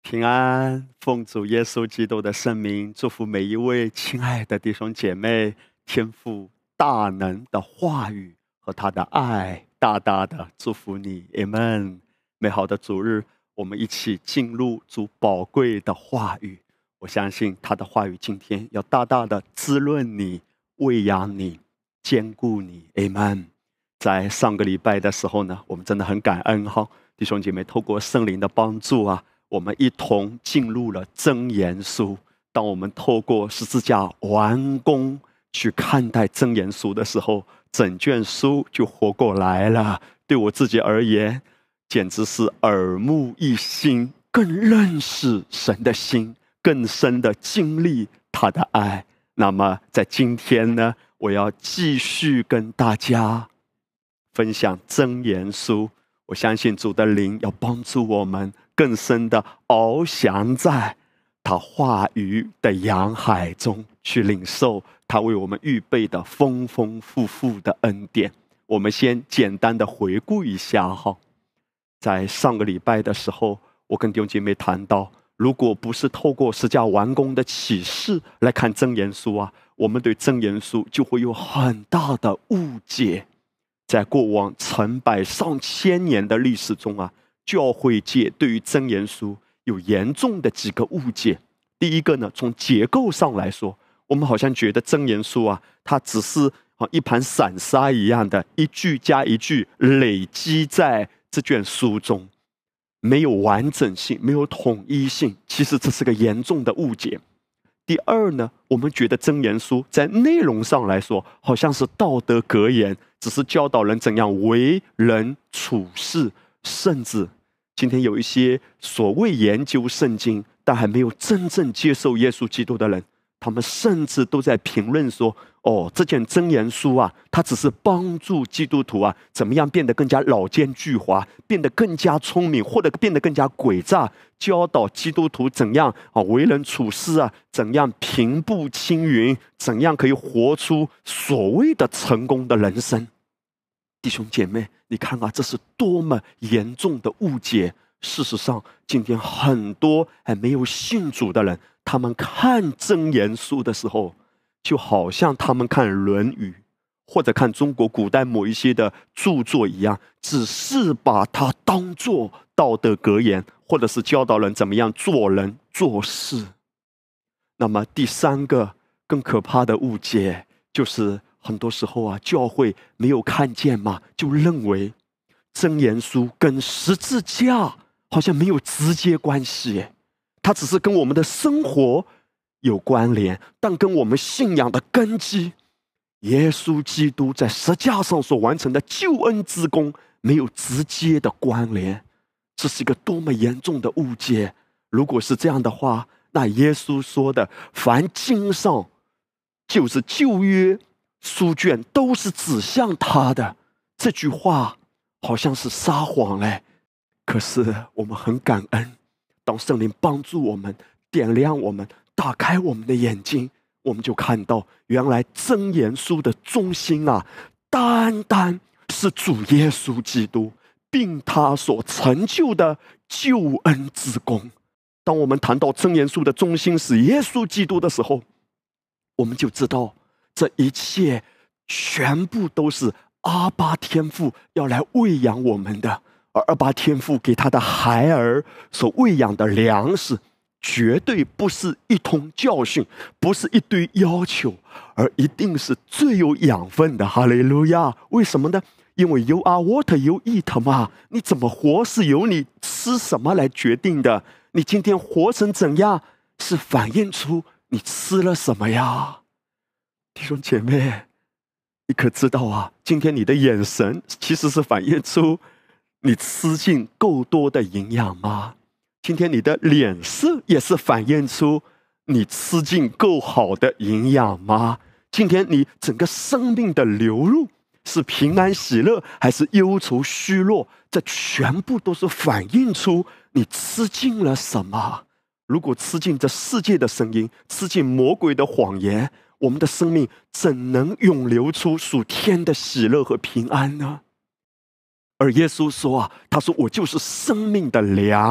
平安，奉主耶稣基督的圣名，祝福每一位亲爱的弟兄姐妹，天父大能的话语和他的爱，大大的祝福你 ，Amen。美好的主日，我们一起进入主宝贵的话语。我相信他的话语今天要大大的滋润你、喂养你、坚固你 ，Amen。在上个礼拜的时候呢，我们真的很感恩哈，弟兄姐妹透过圣灵的帮助啊。我们一同进入了箴言书。当我们透过十字架完工去看待箴言书的时候，整卷书就活过来了。对我自己而言，简直是耳目一新，更认识神的心，更深的经历他的爱。那么在今天呢，我要继续跟大家分享箴言书。我相信主的灵要帮助我们更深的翱翔在他话语的洋海中，去领受他为我们预备的丰丰富富的恩典。我们先简单的回顾一下哈，在上个礼拜的时候，我跟弟兄姐妹谈到，如果不是透过十架完工的启示来看箴言书啊，我们对箴言书就会有很大的误解。在过往成百上千年的历史中啊，教会界对于箴言书有严重的几个误解。第一个呢，从结构上来说，我们好像觉得箴言书啊，它只是一盘散沙一样的，一句加一句累积在这卷书中，没有完整性，没有统一性。其实这是个严重的误解。第二呢，我们觉得箴言书在内容上来说，好像是道德格言，只是教导人怎样为人处事，甚至今天有一些所谓研究圣经，但还没有真正接受耶稣基督的人，他们甚至都在评论说，这件箴言书啊，它只是帮助基督徒啊，怎么样变得更加老奸巨猾，变得更加聪明，或者变得更加诡诈，教导基督徒怎样为人处事啊，怎样平步青云，怎样可以活出所谓的成功的人生。弟兄姐妹，你看啊，这是多么严重的误解。事实上，今天很多还没有信主的人，他们看箴言书的时候，就好像他们看《论语》或者看中国古代某一些的著作一样，只是把它当作道德格言，或者是教导人怎么样做人做事。那么第三个更可怕的误解，就是很多时候啊，教会没有看见嘛，就认为箴言书跟十字架好像没有直接关系，它只是跟我们的生活有关联，但跟我们信仰的根基，耶稣基督在十字架上所完成的救恩之功没有直接的关联。这是一个多么严重的误解。如果是这样的话，那耶稣说的凡经上就是旧约书卷都是指向他的，这句话好像是撒谎嘞。可是我们很感恩，当圣灵帮助我们，点亮我们，打开我们的眼睛，我们就看到原来箴言书的中心啊，单单是主耶稣基督并他所成就的救恩之功。当我们谈到箴言书的中心是耶稣基督的时候，我们就知道这一切全部都是阿爸天父要来喂养我们的，而阿爸天父给他的孩儿所喂养的粮食，绝对不是一通教训，不是一堆要求，而一定是最有养分的。哈利路亚！为什么呢？因为 you are what you eat 嘛，你怎么活是由你吃什么来决定的。你今天活成怎样，是反映出你吃了什么呀？弟兄姐妹，你可知道啊？今天你的眼神其实是反映出你吃进够多的营养吗？今天你的脸色也是反映出你吃进够好的营养吗？今天你整个生命的流入是平安喜乐还是忧愁虚弱？这全部都是反映出你吃进了什么。如果吃进这世界的声音，吃进魔鬼的谎言，我们的生命怎能涌流出属天的喜乐和平安呢？而耶稣说啊，他说我就是生命的粮，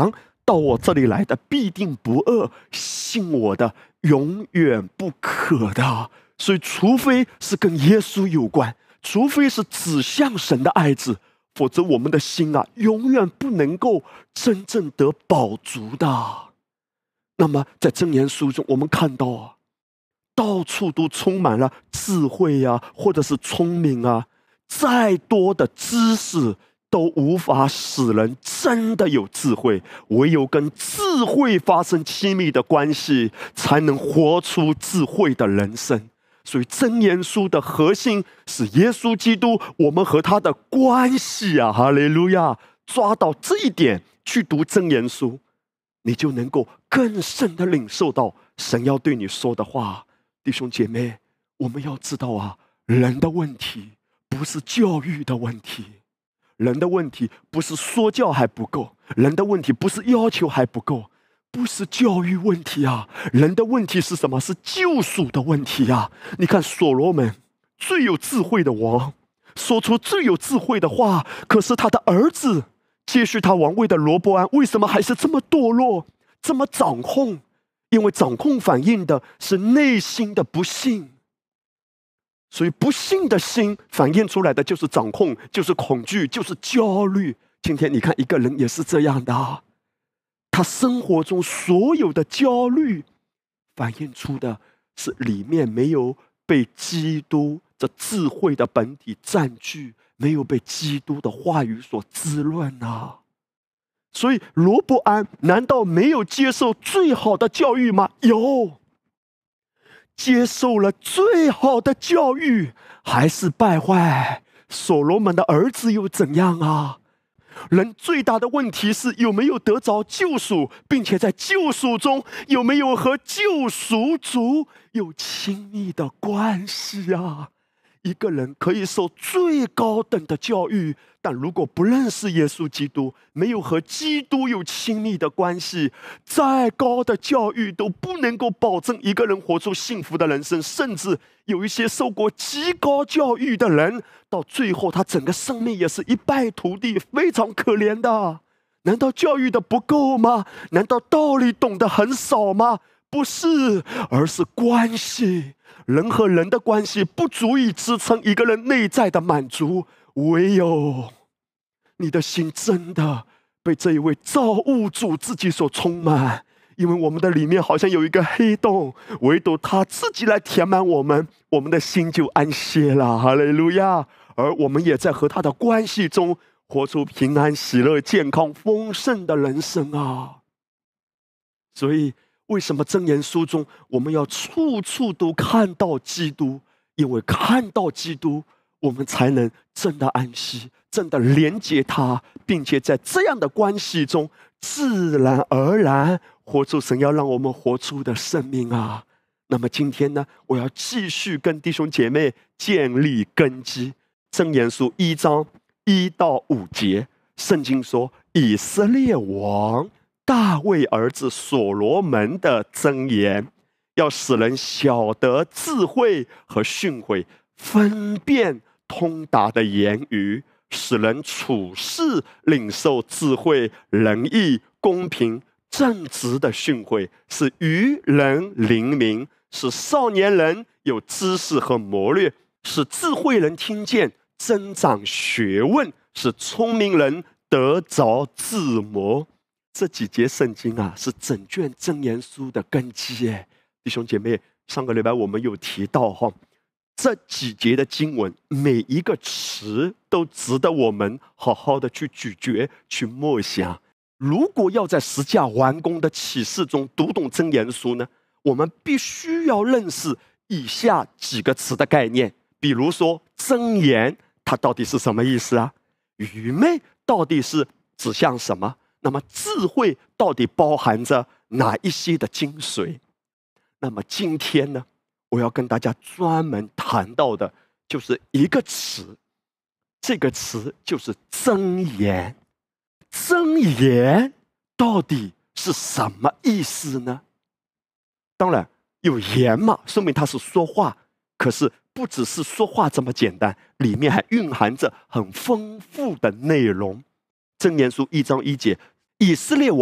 到我这里来的必定不饿，信我的永远不渴的。所以除非是跟耶稣有关，除非是指向神的爱子，否则我们的心永远不能够真正得饱足的。那么在箴言书中我们看到到处都充满了智慧或者是聪明再多的知识都无法使人真的有智慧，唯有跟智慧发生亲密的关系，才能活出智慧的人生。所以箴言书的核心是耶稣基督，我们和他的关系哈利路亚！抓到这一点去读箴言书，你就能够更深的领受到神要对你说的话。弟兄姐妹，我们要知道人的问题不是教育的问题，人的问题不是说教还不够，人的问题不是要求还不够，不是教育问题人的问题是什么？是救赎的问题你看所罗门最有智慧的王，说出最有智慧的话，可是他的儿子接续他王位的罗波安为什么还是这么堕落，这么掌控？因为掌控反映的是内心的不幸，所以不幸的心反映出来的就是掌控，就是恐惧，就是焦虑。今天你看一个人也是这样的他生活中所有的焦虑反映出的是里面没有被基督这智慧的本体占据，没有被基督的话语所滋润所以罗波安难道没有接受最好的教育吗？有，接受了最好的教育，还是败坏。所罗门的儿子又怎样人最大的问题是有没有得着救赎，并且在救赎中有没有和救赎主有亲密的关系一个人可以受最高等的教育，但如果不认识耶稣基督，没有和基督有亲密的关系，再高的教育都不能够保证一个人活出幸福的人生。甚至有一些受过极高教育的人，到最后他整个生命也是一败涂地，非常可怜的。难道教育的不够吗？难道道理懂得很少吗？不是，而是关系。人和人的关系不足以支撑一个人内在的满足，唯有你的心真的被这一位造物主自己所充满。因为我们的里面好像有一个黑洞，唯独他自己来填满我们，我们的心就安歇了。哈利路亚！而我们也在和他的关系中活出平安、喜乐、健康、丰盛的人生所以为什么箴言书中我们要处处都看到基督？因为看到基督，我们才能真的安息，真的连接他，并且在这样的关系中自然而然活出神要让我们活出的生命那么今天呢，我要继续跟弟兄姐妹建立根基。箴言书1章1到5节，圣经说，以色列王大卫儿子所罗门的箴言，要使人晓得智慧和训诲，分辨通达的言语，使人处事领受智慧、仁义、公平、正直的训诲，使愚人灵明，使少年人有知识和谋略，使智慧人听见，增长学问，使聪明人得着智谋。这几节圣经是整卷箴言书的根基弟兄姐妹，上个礼拜我们有提到这几节的经文，每一个词都值得我们好好的去咀嚼、去默想。如果要在十架完工的启示中读懂箴言书呢，我们必须要认识以下几个词的概念。比如说箴言，它到底是什么意思愚昧到底是指向什么？那么智慧到底包含着哪一些的精髓？那么今天呢，我要跟大家专门谈到的就是一个词，这个词就是箴言。箴言到底是什么意思呢？当然有言嘛，说明它是说话，可是不只是说话这么简单，里面还蕴含着很丰富的内容。箴言书1章1节，以色列王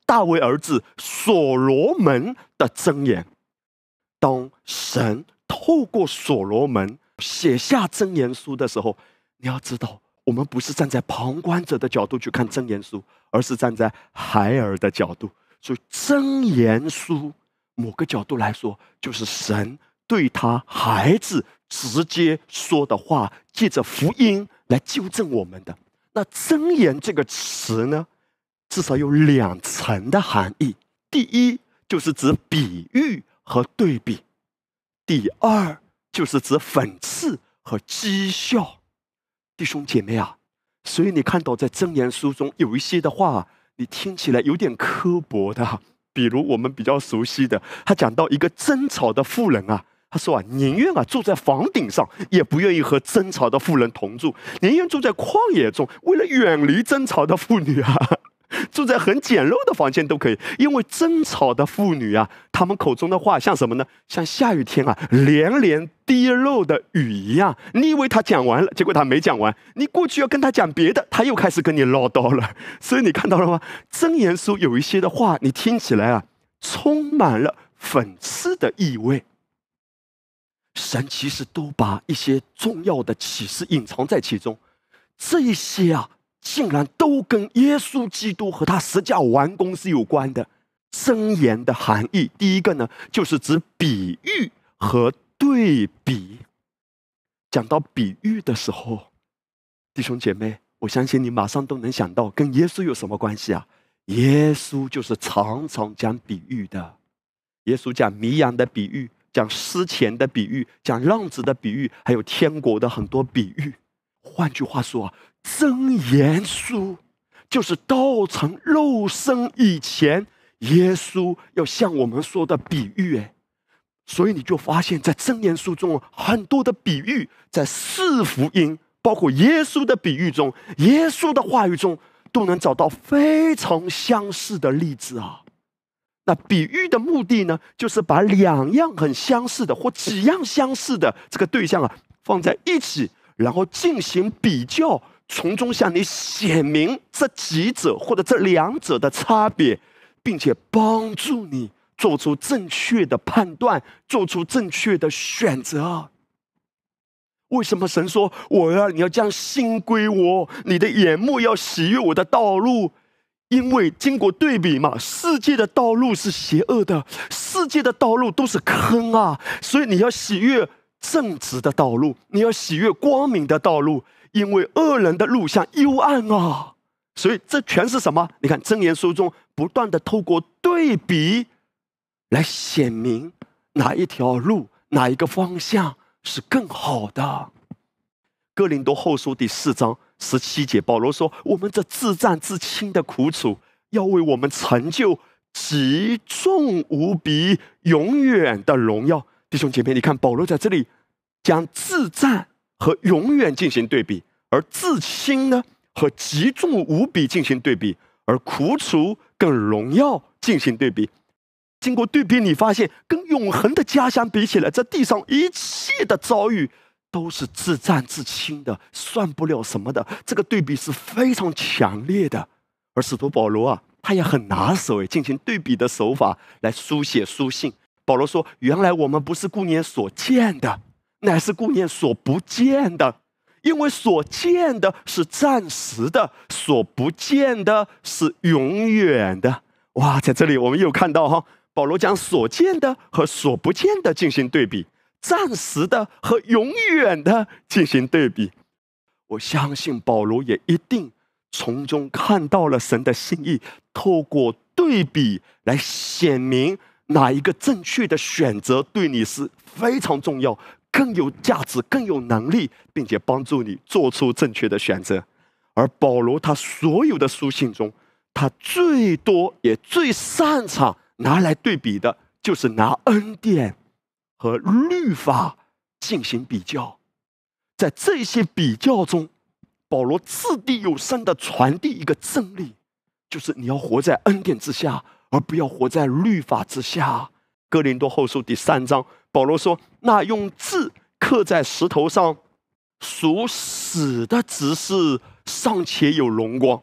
大卫儿子所罗门的箴言。当神透过所罗门写下箴言书的时候，你要知道，我们不是站在旁观者的角度去看箴言书，而是站在孩儿的角度。所以箴言书某个角度来说，就是神对他孩子直接说的话，借着福音来纠正我们的。那箴言这个词呢，至少有2层的含义。第一，就是指比喻和对比；第二，就是指讽刺和讥笑。弟兄姐妹啊，所以你看到在箴言书中有一些的话，你听起来有点刻薄的，比如我们比较熟悉的，他讲到一个争吵的妇人啊，他说啊，宁愿住在房顶上，也不愿意和争吵的妇人同住；宁愿住在旷野中，为了远离争吵的妇女啊，住在很简陋的房间都可以。因为争吵的妇女啊，他们口中的话像什么呢？像下雨天啊，连连滴漏的雨一样。你以为他讲完了，结果他没讲完。你过去要跟他讲别的，他又开始跟你唠叨了。所以你看到了吗？箴言书有一些的话，你听起来啊，充满了讽刺的意味。神其实都把一些重要的启示隐藏在其中，这一些啊，竟然都跟耶稣基督和他十架完工是有关的。箴言的含义，第一个呢，就是指比喻和对比。讲到比喻的时候，弟兄姐妹，我相信你马上都能想到跟耶稣有什么关系啊？耶稣就是常常讲比喻的。耶稣讲迷羊的比喻，讲失钱的比喻，讲浪子的比喻，还有天国的很多比喻。换句话说啊，箴言书就是道成肉身以前，耶稣要向我们说的比喻。所以你就发现，在箴言书中很多的比喻，在四福音，包括耶稣的比喻中，耶稣的话语中，都能找到非常相似的例子啊。那比喻的目的呢，就是把2样很相似的或几样相似的这个对象啊放在一起，然后进行比较，从中向你显明这几者或者这2者的差别，并且帮助你做出正确的判断，做出正确的选择。为什么神说你要将心归我，你的眼目要喜悦我的道路？因为经过对比嘛，世界的道路是邪恶的，世界的道路都是坑啊，所以你要喜悦正直的道路，你要喜悦光明的道路，因为恶人的路像幽暗啊。所以这全是什么？你看箴言书中不断的透过对比来显明哪一条路，哪一个方向是更好的。哥林多后书第4章17节，保罗说，我们这自战自轻的苦楚，要为我们成就极重无比永远的荣耀。弟兄姐妹，你看保罗在这里将自战和永远进行对比，而自轻呢和极重无比进行对比，而苦楚跟荣耀进行对比。经过对比，你发现跟永恒的家乡比起来，这地上一切的遭遇都是自战自轻的，算不了什么的。这个对比是非常强烈的。而使徒保罗啊，他也很拿手进行对比的手法来书写书信。保罗说，原来我们不是顾念所见的，乃是顾念所不见的，因为所见的是暂时的，所不见的是永远的。哇，在这里我们又看到保罗将所见的和所不见的进行对比，暂时的和永远的进行对比。我相信保罗也一定从中看到了神的心意，透过对比来显明哪一个正确的选择对你是非常重要，更有价值，更有能力，并且帮助你做出正确的选择。而保罗他所有的书信中，他最多也最擅长拿来对比的，就是拿恩典和律法进行比较。在这些比较中，保罗掷地有声地传递一个真理，就是你要活在恩典之下，而不要活在律法之下。哥林多后书第3章，保罗说，那用字刻在石头上属死的执事尚且有荣光，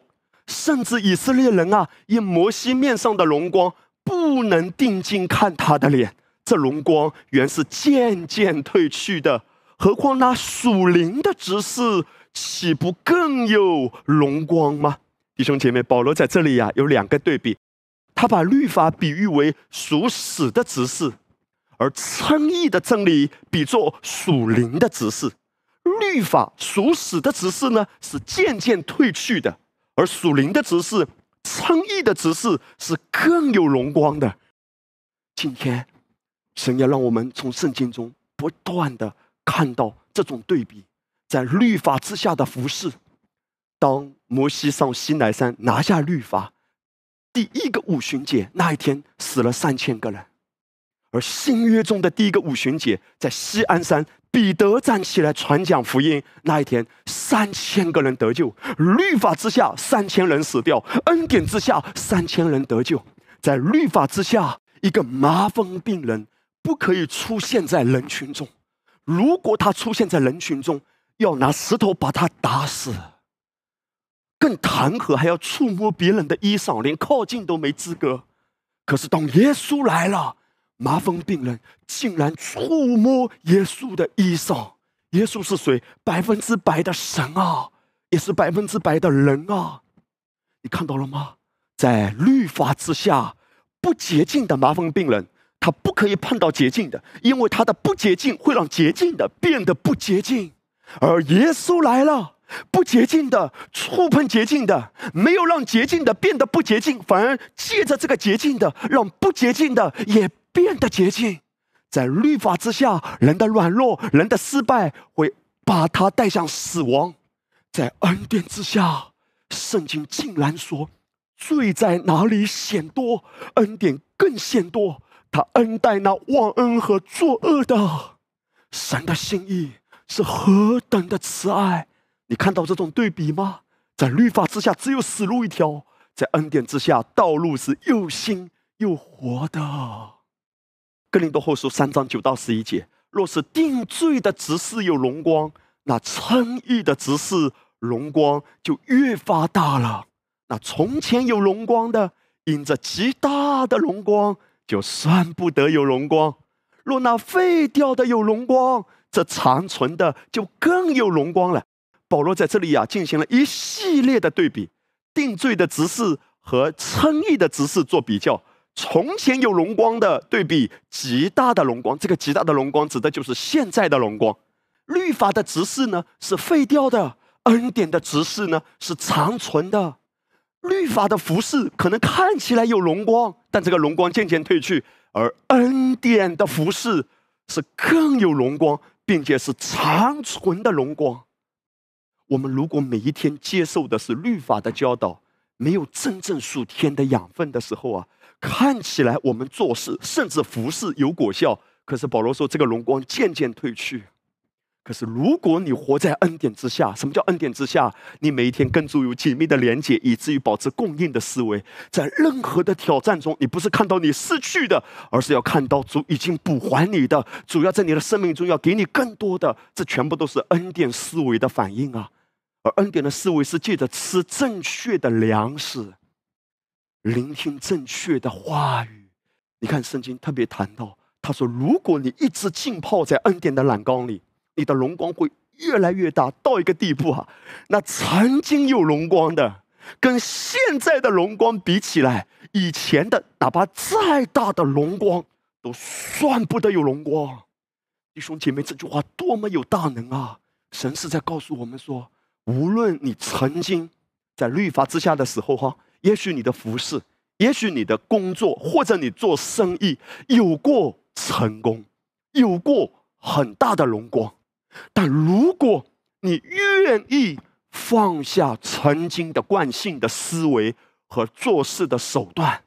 甚至以色列人啊，因摩西面上的荣光，不能定睛看他的脸。这荣光原是渐渐褪去的，何况那属灵的执事，岂不更有荣光吗？弟兄姐妹，保罗在这里啊有两个对比，他把律法比喻为属死的执事，而称义的真理比作属灵的执事。律法属死的执事呢，是渐渐褪去的，而属灵的执事，称义的执事是更有荣光的。今天神要让我们从圣经中不断的看到这种对比，在律法之下的服事。当摩西上西乃山拿下律法，第一个五旬节那一天死了3000个人，而新约中的第一个五旬节，在锡安山彼得站起来传讲福音，那一天3000个人得救。律法之下3000人死掉，恩典之下3000人得救。在律法之下，一个麻风病人不可以出现在人群中，如果他出现在人群中，要拿石头把他打死，更弹劾还要触摸别人的衣裳，连靠近都没资格。可是当耶稣来了，麻风病人竟然触摸耶稣的衣裳。耶稣是谁？100%的神啊，也是100%的人啊！你看到了吗？在律法之下，不洁净的麻风病人，他不可以碰到洁净的，因为他的不洁净会让洁净的变得不洁净。而耶稣来了，不洁净的触碰洁净的，没有让洁净的变得不洁净，反而借着这个洁净的，让不洁净的也变得洁净。在律法之下，人的软弱，人的失败会把他带向死亡。在恩典之下，圣经竟然说，罪在哪里显多，恩典更显多。他恩待那忘恩和作恶的。神的心意是何等的慈爱！你看到这种对比吗？在律法之下只有死路一条，在恩典之下道路是又新又活的。哥林多后书3章9到11节，若是定罪的执事有荣光，那称义的执事荣光就越发大了。那从前有荣光的，因着极大的荣光，就算不得有荣光。若那废掉的有荣光，这长存的就更有荣光了。保罗在这里进行了一系列的对比，定罪的执事和称义的执事做比较。从前有荣光的对比极大的荣光，这个极大的荣光指的就是现在的荣光。律法的执事呢是废掉的，恩典的执事呢是长存的。律法的服事可能看起来有荣光，但这个荣光渐渐褪去，而恩典的服事是更有荣光，并且是长存的荣光。我们如果每一天接受的是律法的教导，没有真正属天的养分的时候看起来我们做事甚至服事有果效，可是保罗说这个荣光渐渐褪去。可是如果你活在恩典之下，什么叫恩典之下？你每一天跟主有紧密的连结，以至于保持供应的思维。在任何的挑战中，你不是看到你失去的，而是要看到主已经补还你的，主要在你的生命中要给你更多的。这全部都是恩典思维的反应啊！而恩典的思维是借着吃正确的粮食，聆听正确的话语。你看圣经特别谈到，他说如果你一直浸泡在恩典的染缸里，你的荣光会越来越大，到一个地步那曾经有荣光的跟现在的荣光比起来，以前的哪怕再大的荣光都算不得有荣光。弟兄姐妹，这句话多么有大能啊！神是在告诉我们说，无论你曾经在律法之下的时候也许你的服事，也许你的工作，或者你做生意有过成功，有过很大的荣光，但如果你愿意放下曾经的惯性的思维和做事的手段，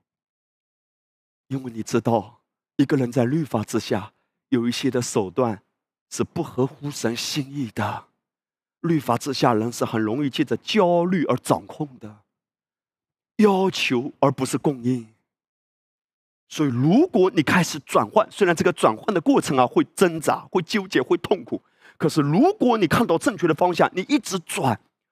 因为你知道一个人在律法之下有一些的手段是不合乎神心意的。律法之下人是很容易借着焦虑而掌控的，要求而不是供应。所以如果你开始转换，虽然这个转换的过程会挣扎，会纠结，会痛苦，可是如果你看到正确的方向，你一直转，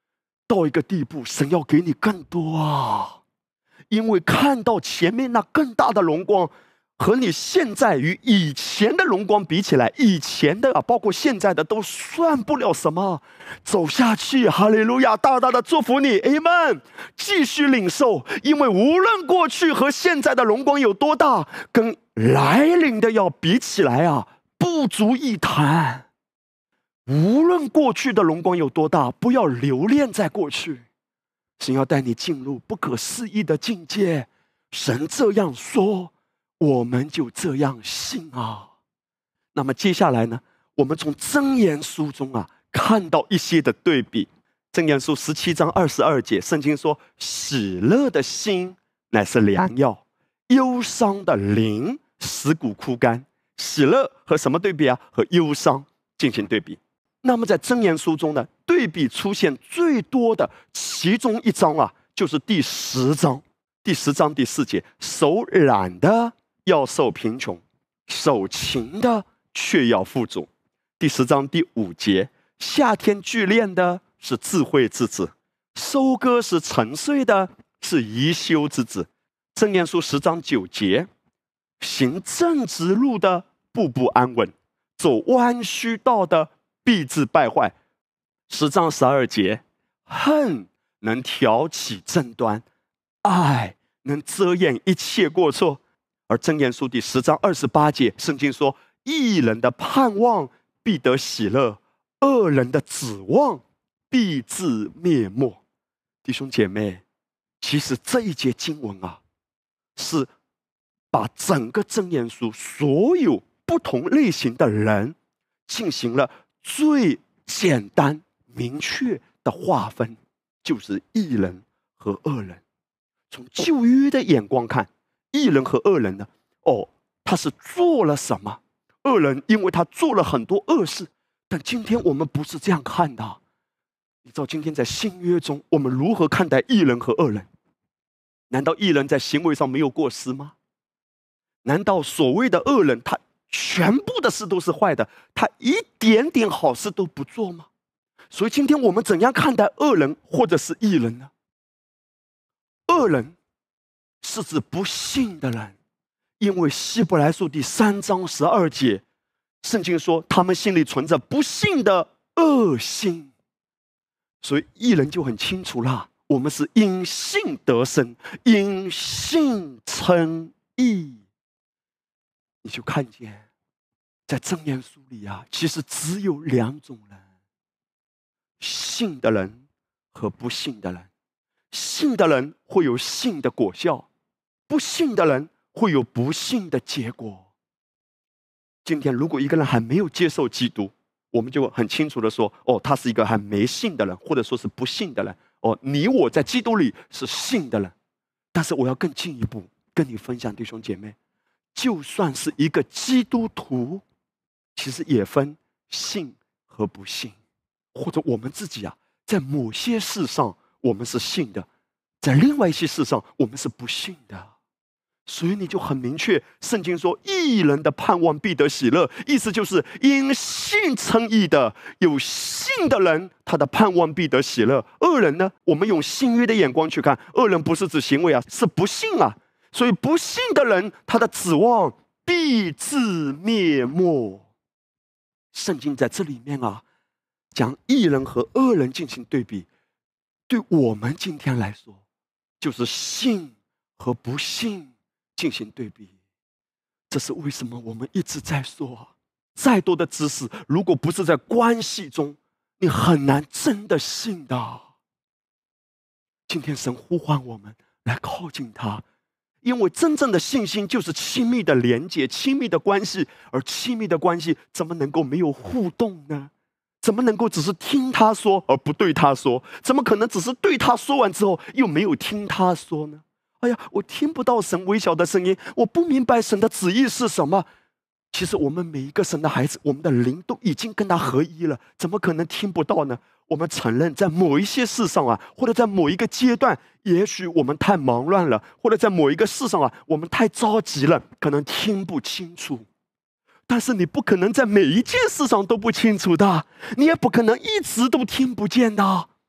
到一个地步，神要给你更多啊！因为看到前面那更大的荣光，和你现在与以前的荣光比起来，以前的包括现在的都算不了什么。走下去，哈利路亚！大大的祝福你 ，Amen！ 继续领受，因为无论过去和现在的荣光有多大，跟来临的要比起来啊，不足一谈。无论过去的荣光有多大，不要留恋在过去。神要带你进入不可思议的境界。神这样说，我们就这样信啊。那么接下来呢，我们从箴言书中啊看到一些的对比。箴言书17章22节，圣经说：喜乐的心乃是良药，忧伤的灵使骨枯干。喜乐和什么对比啊？和忧伤进行对比。那么在箴言书中呢，对比出现最多的其中一章啊，就是第10章。第10章第4节，手懒的要受贫穷，手勤的却要富足。第10章第5节，夏天聚练的是智慧之子，收割是沉睡的是宜修之子。箴言书10章9节，行正直路的步步安稳，走弯曲道的必致败坏。10章12节，恨能挑起争端，爱能遮掩一切过错。而箴言书第10章28节，圣经说：义人的盼望必得喜乐，恶人的指望必致灭没。弟兄姐妹，其实这一节经文啊，是把整个箴言书所有不同类型的人进行了最简单明确的划分，就是义人和恶人。从旧约的眼光看，义人和恶人呢，他是做了什么？恶人因为他做了很多恶事，但今天我们不是这样看的。你知道今天在新约中，我们如何看待义人和恶人？难道义人在行为上没有过失吗？难道所谓的恶人，他全部的事都是坏的，他一点点好事都不做吗？所以今天我们怎样看待恶人或者是义人呢？恶人是指不信的人，因为希伯来书第3章12节，圣经说他们心里存着不信的恶心。所以义人就很清楚了，我们是因信得生，因信称义。你就看见在箴言书里啊，其实只有2种人，信的人和不信的人。信的人会有信的果效，不信的人会有不信的结果。今天如果一个人还没有接受基督，我们就很清楚的说，他是一个还没信的人，或者说是不信的人。你我在基督里是信的人。但是我要更进一步跟你分享，弟兄姐妹，就算是一个基督徒，其实也分信和不信。或者我们自己啊，在某些事上我们是信的，在另外一些事上我们是不信的。所以你就很明确，圣经说义人的盼望必得喜乐，意思就是因信称义的，有信的人他的盼望必得喜乐。恶人呢，我们用新约的眼光去看，恶人不是指行为啊，是不信啊。所以不信的人他的指望必致灭没。圣经在这里面啊，将义人和恶人进行对比，对我们今天来说，就是信和不信进行对比。这是为什么我们一直在说，再多的知识，如果不是在关系中，你很难真的信的。今天神呼唤我们来靠近他，因为真正的信心就是亲密的连接，亲密的关系，而亲密的关系怎么能够没有互动呢？怎么能够只是听他说而不对他说？怎么可能只是对他说完之后又没有听他说呢？哎呀，我听不到神微小的声音，我不明白神的旨意是什么。其实我们每一个神的孩子，我们的灵都已经跟他合一了，怎么可能听不到呢？我们承认在某一些事上啊，或者在某一个阶段，也许我们太忙乱了，或者在某一个事上啊，我们太着急了，可能听不清楚。但是你不可能在每一件事上都不清楚的，你也不可能一直都听不见的。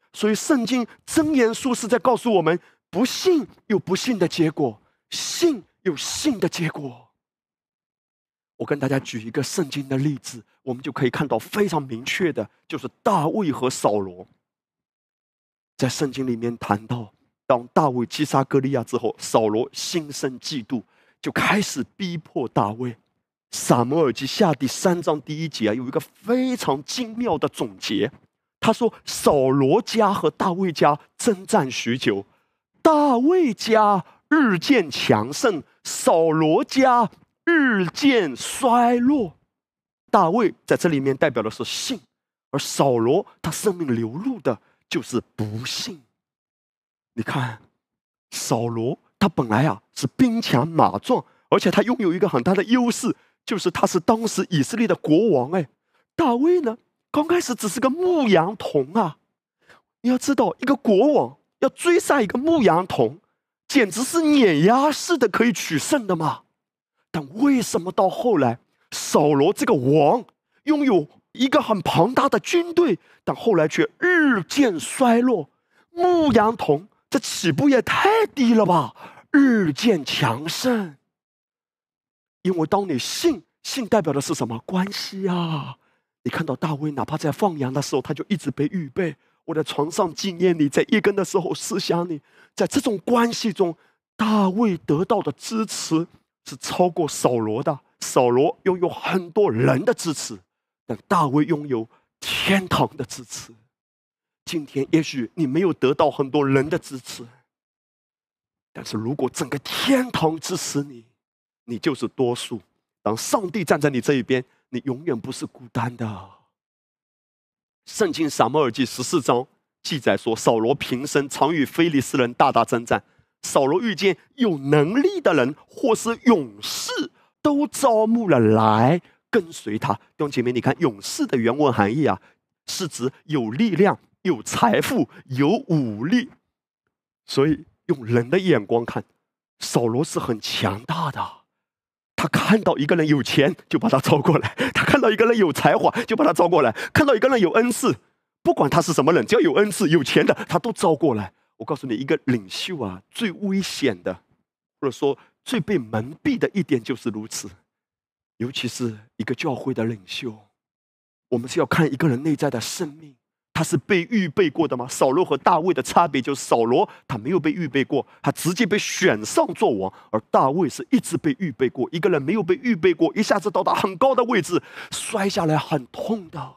所以圣经箴言书是在告诉我们，不信有不信的结果，信有信的结果。我跟大家举一个圣经的例子，我们就可以看到非常明确的，就是大卫和扫罗。在圣经里面谈到，当大卫击杀歌利亚之后，扫罗心生嫉妒，就开始逼迫大卫。撒母耳记下第3章第1节有一个非常精妙的总结，他说扫罗家和大卫家征战许久，大卫家日渐强盛，扫罗家日渐衰落。大卫在这里面代表的是信，而扫罗他生命流露的就是不信。你看，扫罗他本来是兵强马壮，而且他拥有一个很大的优势，就是他是当时以色列的国王。大卫呢，刚开始只是个牧羊童啊。你要知道，一个国王要追杀一个牧羊童，简直是碾压式的可以取胜的嘛。但为什么到后来，扫罗这个王拥有一个很庞大的军队，但后来却日渐衰落？牧羊童这起步也太低了吧，日渐强盛。因为当你信代表的是什么关系啊？你看到大卫哪怕在放羊的时候，他就一直被预备，我在床上纪念你，在夜更的时候思想你。在这种关系中，大卫得到的支持是超过扫罗的。扫罗拥有很多人的支持，但大卫拥有天堂的支持。今天也许你没有得到很多人的支持，但是如果整个天堂支持你，你就是多数。当上帝站在你这一边，你永远不是孤单的。圣经撒母耳记14章记载说，扫罗平生常与非利士人大征战，扫罗遇见有能力的人或是勇士，都招募了来跟随他。弟兄姐妹，你看勇士的原文含义是指有力量、有财富、有武力。所以用人的眼光看，扫罗是很强大的。他看到一个人有钱，就把他招过来；他看到一个人有才华，就把他招过来；看到一个人有恩赐，不管他是什么人，只要有恩赐、有钱的，他都招过来。我告诉你，一个领袖最危险的，或者说最被蒙蔽的一点就是如此。尤其是一个教会的领袖，我们是要看一个人内在的生命，他是被预备过的吗？扫罗和大卫的差别就是，扫罗他没有被预备过，他直接被选上做王，而大卫是一直被预备过。一个人没有被预备过，一下子到达很高的位置，摔下来很痛的。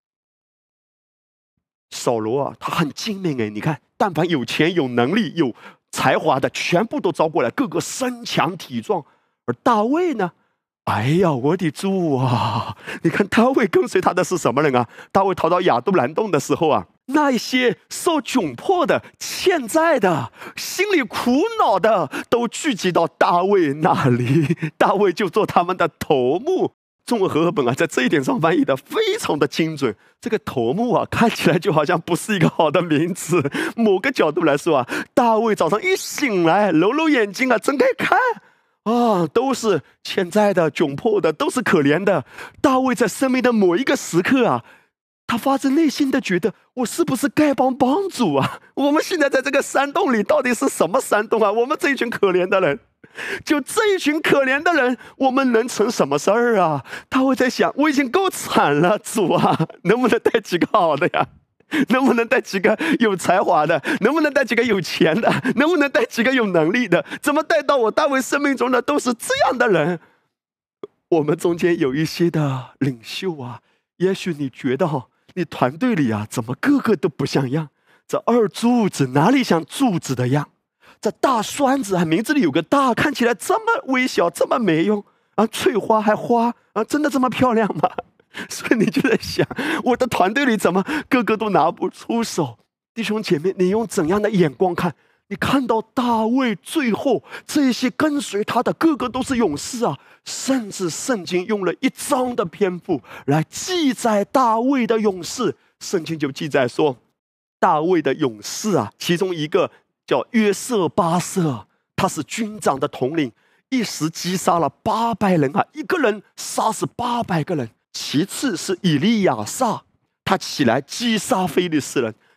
扫罗他很精明你看，但凡有钱、有能力、有才华的，全部都招过来，个个身强体壮。而大卫呢？哎呀，我的主啊！你看大卫跟随他的是什么人啊？大卫逃到亚杜兰洞的时候那一些受窘迫的、欠债的、心里苦恼的，都聚集到大卫那里，大卫就做他们的头目。中文和合本在这一点上翻译的非常的精准。这个头目看起来就好像不是一个好的名字。某个角度来说大卫早上一醒来，揉揉眼睛睁开看。都是欠债的、窘迫的，都是可怜的。大卫在生命的某一个时刻他发自内心的觉得，我是不是该帮主我们现在在这个山洞里，到底是什么山洞我们这一群可怜的人，就这一群可怜的人，我们能成什么事儿大卫在想，我已经够惨了，主能不能带几个好的呀？能不能带几个有才华的？能不能带几个有钱的？能不能带几个有能力的？怎么带到我大卫生命中的都是这样的人？我们中间有一些的领袖也许你觉得你团队里怎么个个都不像样？这二柱子哪里像柱子的样？这大栓子名字里有个大，看起来这么微小，这么没用翠花还花真的这么漂亮吗？所以你就在想，我的团队里怎么个个都拿不出手？弟兄姐妹，你用怎样的眼光看？你看到大卫最后这些跟随他的个个都是勇士甚至圣经用了1章的篇幅来记载大卫的勇士。圣经就记载说，大卫的勇士其中一个叫约瑟巴瑟，他是军长的统领，一时击杀了800人一个人杀死800个人。其次是以利亚撒，他起来击杀非利士人。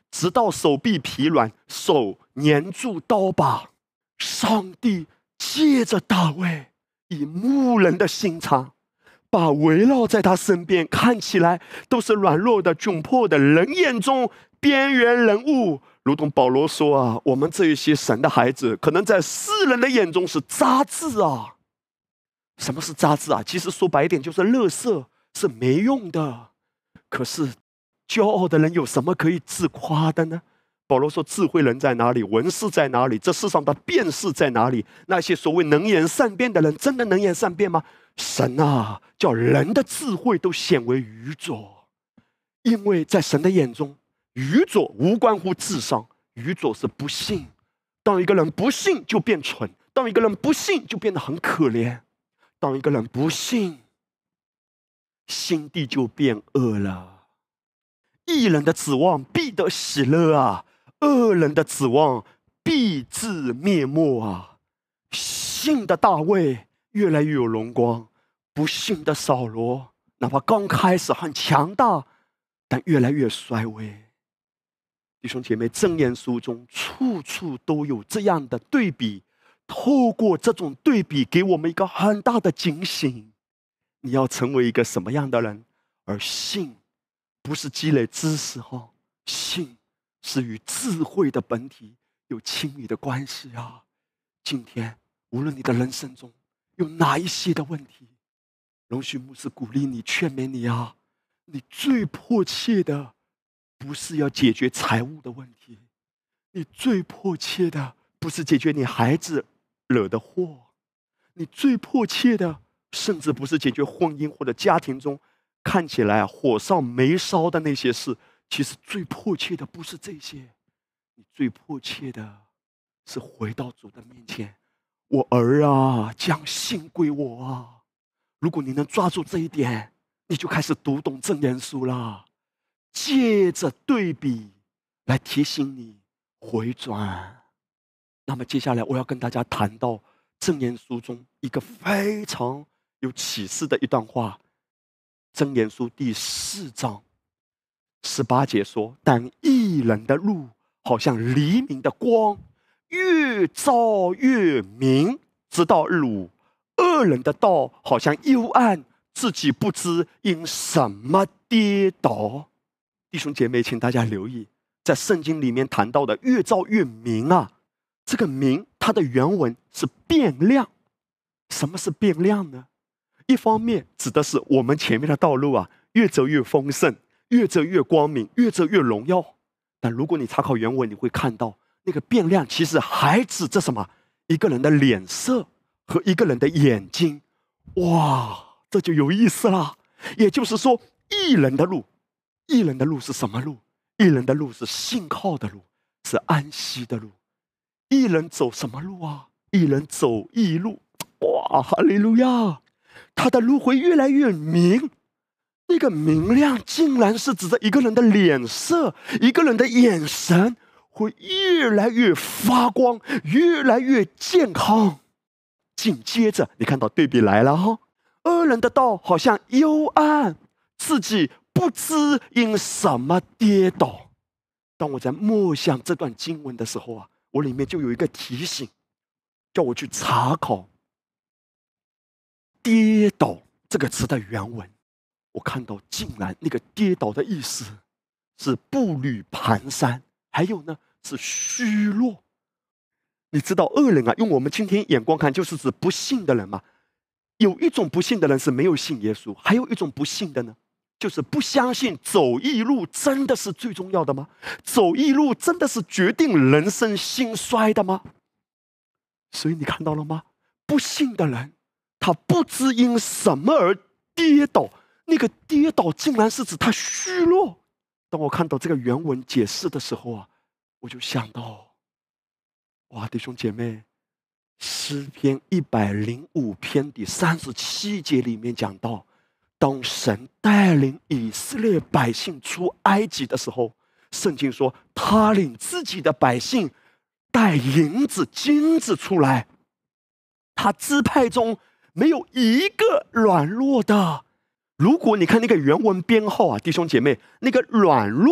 直到手臂疲软，手粘住刀把。上帝借着大卫以牧人的心肠，把围绕在他身边看起来都是软弱的窘迫的人眼中边缘人物，如同保罗说啊，我们这一些神的孩子可能在世人的眼中是渣滓啊。什么是渣滓啊？其实说白一点就是垃圾，是没用的。可是骄傲的人有什么可以自夸的呢？保罗说，智慧人在哪里？文士在哪里？这世上的辩士在哪里？那些所谓能言善辩的人真的能言善辩吗？神啊，叫人的智慧都显为愚拙，因为在神的眼中，愚拙无关乎智商，愚拙是不信。当一个人不信就变蠢，当一个人不信就变得很可怜，当一个人不信，心地就变恶了。义人的指望必得喜乐啊，恶人的指望必至灭没啊。信的大卫越来越有荣光，不信的扫罗哪怕刚开始很强大，但越来越衰微。弟兄姐妹，箴言书中处处都有这样的对比，透过这种对比给我们一个很大的警醒。你要成为一个什么样的人？而信不是积累知识哈，信是与智慧的本体有亲密的关系啊。今天无论你的人生中有哪一些的问题，容许牧师鼓励你、劝勉你啊，你最迫切的不是要解决财务的问题，你最迫切的不是解决你孩子惹的祸，你最迫切的甚至不是解决婚姻或者家庭中看起来火上没烧的那些事，其实最迫切的不是这些，你最迫切的是回到主的面前。我儿啊，将信归我啊。如果你能抓住这一点，你就开始读懂箴言书了，借着对比来提醒你回转。那么接下来我要跟大家谈到箴言书中一个非常有启示的一段话。箴言书第4章18节说，但义人的路好像黎明的光，越照越明，直到日午。恶人的道好像幽暗，自己不知因什么跌倒。弟兄姐妹，请大家留意，在圣经里面谈到的越照越明啊，这个明它的原文是变亮。什么是变亮呢？一方面指的是我们前面的道路啊，越走越丰盛，越走越光明，越走越荣耀。但如果你查考原文，你会看到那个变亮其实还指着什么？一个人的脸色和一个人的眼睛。哇，这就有意思了。也就是说，义人的路，义人的路是什么路？义人的路是信靠的路，是安息的路。义人走什么路啊？义人走义路。哇，哈利路亚！他的路会越来越明，那个明亮竟然是指着一个人的脸色，一个人的眼神会越来越发光，越来越健康。紧接着你看到对比来了哈，恶人的道好像幽暗，自己不知因什么跌倒。当我在默想这段经文的时候啊，我里面就有一个提醒，叫我去查考跌倒这个词的原文。我看到竟然那个跌倒的意思是步履蹒跚，还有呢是虚弱。你知道恶人啊，用我们今天眼光看就是指不信的人嘛。有一种不信的人是没有信耶稣，还有一种不信的呢，就是不相信走义路真的是最重要的吗？走义路真的是决定人生兴衰的吗？所以你看到了吗？不信的人他不知因什么而跌倒，那个跌倒竟然是指他虚弱。当我看到这个原文解释的时候啊，我就想到，哇，弟兄姐妹，诗篇105篇第37节里面讲到，当神带领以色列百姓出埃及的时候，圣经说他领自己的百姓带银子金子出来，他支派中没有一个软弱的。如果你看那个原文编号啊，弟兄姐妹，那个软弱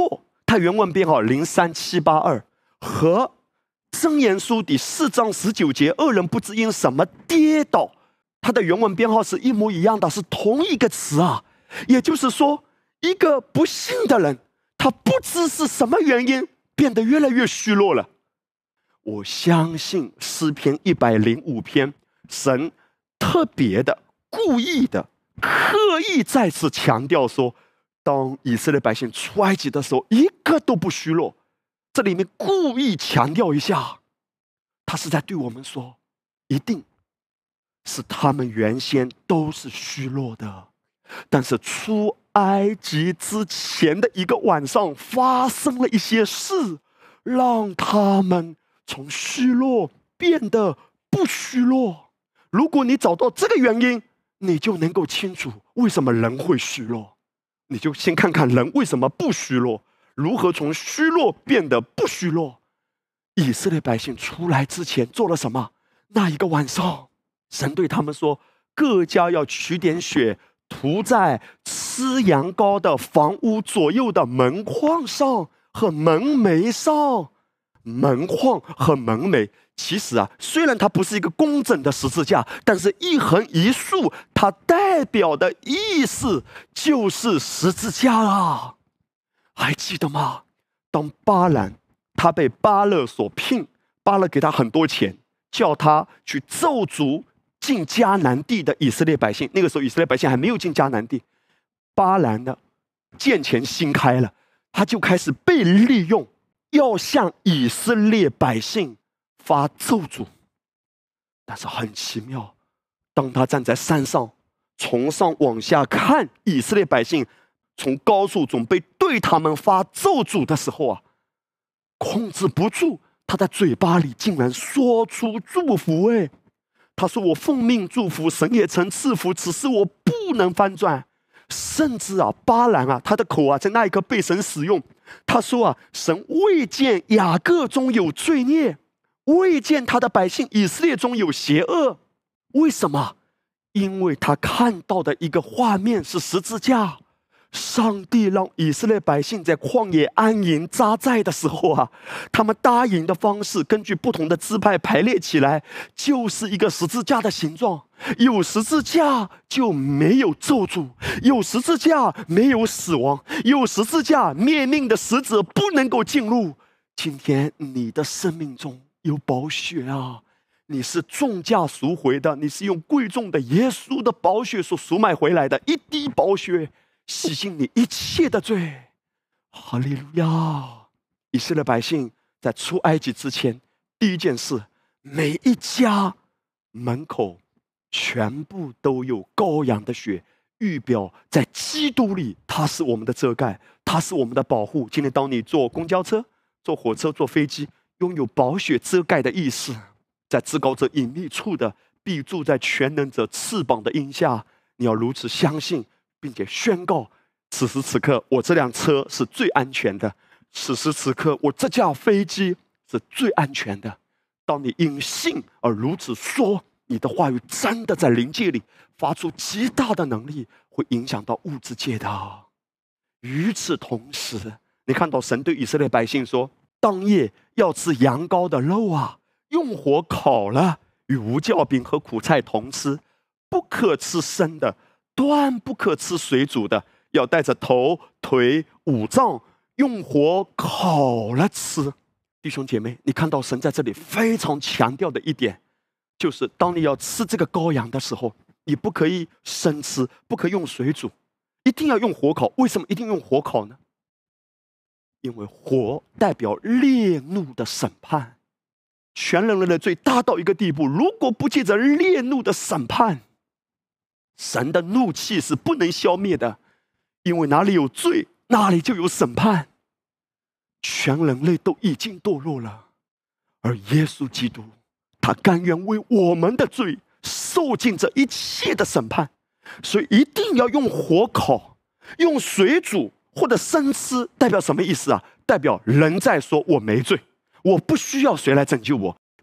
它原文编号03782，和箴言书第4章19节，恶人不知因什么跌倒，它的原文编号是一模一样的，是同一个词啊。也就是说，一个不信的人，他不知是什么原因变得越来越虚弱了。我相信诗篇105篇，神特别的、故意的、刻意再次强调说，当以色列百姓出埃及的时候，一个都不虚弱。这里面故意强调一下，他是在对我们说，一定是他们原先都是虚弱的，但是出埃及之前的一个晚上发生了一些事，让他们从虚弱变得不虚弱。如果你找到这个原因，你就能够清楚为什么人会虚弱。你就先看看人为什么不虚弱，如何从虚弱变得不虚弱。以色列百姓出来之前做了什么？那一个晚上，神对他们说，各家要取点血，涂在吃羊羔的房屋左右的门框上和门楣上。门框和门楣，其实啊，虽然它不是一个工整的十字架，但是一横一竖，它代表的意思就是十字架啊。还记得吗？当巴兰他被巴勒所聘，巴勒给他很多钱，叫他去咒诅进迦南地的以色列百姓。那个时候以色列百姓还没有进迦南地，巴兰呢见钱心开了，他就开始被利用，要向以色列百姓发咒诅。但是很奇妙，当他站在山上，从上往下看以色列百姓从高处准备对他们发咒诅的时候啊，控制不住，他的嘴巴里竟然说出祝福。他说，我奉命祝福，神也曾赐福，只是我不能翻转。甚至啊，巴兰啊，他的口啊，在那一刻被神使用。他说啊，神未见雅各中有罪孽，未见他的百姓以色列中有邪恶。为什么？因为他看到的一个画面是十字架。上帝让以色列百姓在旷野安营扎寨的时候啊，他们搭营的方式根据不同的支派排列起来，就是一个十字架的形状。有十字架就没有咒诅，有十字架没有死亡，有十字架灭命的使者不能够进入。今天你的生命中有宝血啊，你是重价赎回的，你是用贵重的耶稣的宝血所赎买回来的，一滴宝血洗净你一切的罪。哈利路亚！以色列百姓在出埃及之前，第一件事，每一家门口全部都有羔羊的血，预表在基督里，它是我们的遮盖，它是我们的保护。今天当你坐公交车、坐火车、坐飞机，拥有宝血遮盖的意识，在至高者隐秘处的，必住在全能者翅膀的荫下。你要如此相信，并且宣告，此时此刻我这辆车是最安全的，此时此刻我这架飞机是最安全的。当你因信而如此说，你的话语真的在灵界里发出极大的能力，会影响到物质界的。与此同时，你看到神对以色列百姓说，当夜要吃羊羔的肉啊，用火烤了，与无酵饼和苦菜同吃，不可吃生的，断不可吃水煮的，要带着头、腿、五脏，用火烤了吃。弟兄姐妹，你看到神在这里非常强调的一点，就是当你要吃这个羔羊的时候，你不可以生吃，不可以用水煮，一定要用火烤。为什么一定用火烤呢？因为火代表烈怒的审判，全人类的罪大到一个地步，如果不借着烈怒的审判，神的怒气是不能消灭的。因为哪里有罪，哪里就有审判。全人类都已经堕落了，而耶稣基督他甘愿为我们的罪受尽这一切的审判，所以一定要用火烤，用水煮或者生吃。代表什么意思啊？代表人在说我没罪，我不需要谁来拯救我。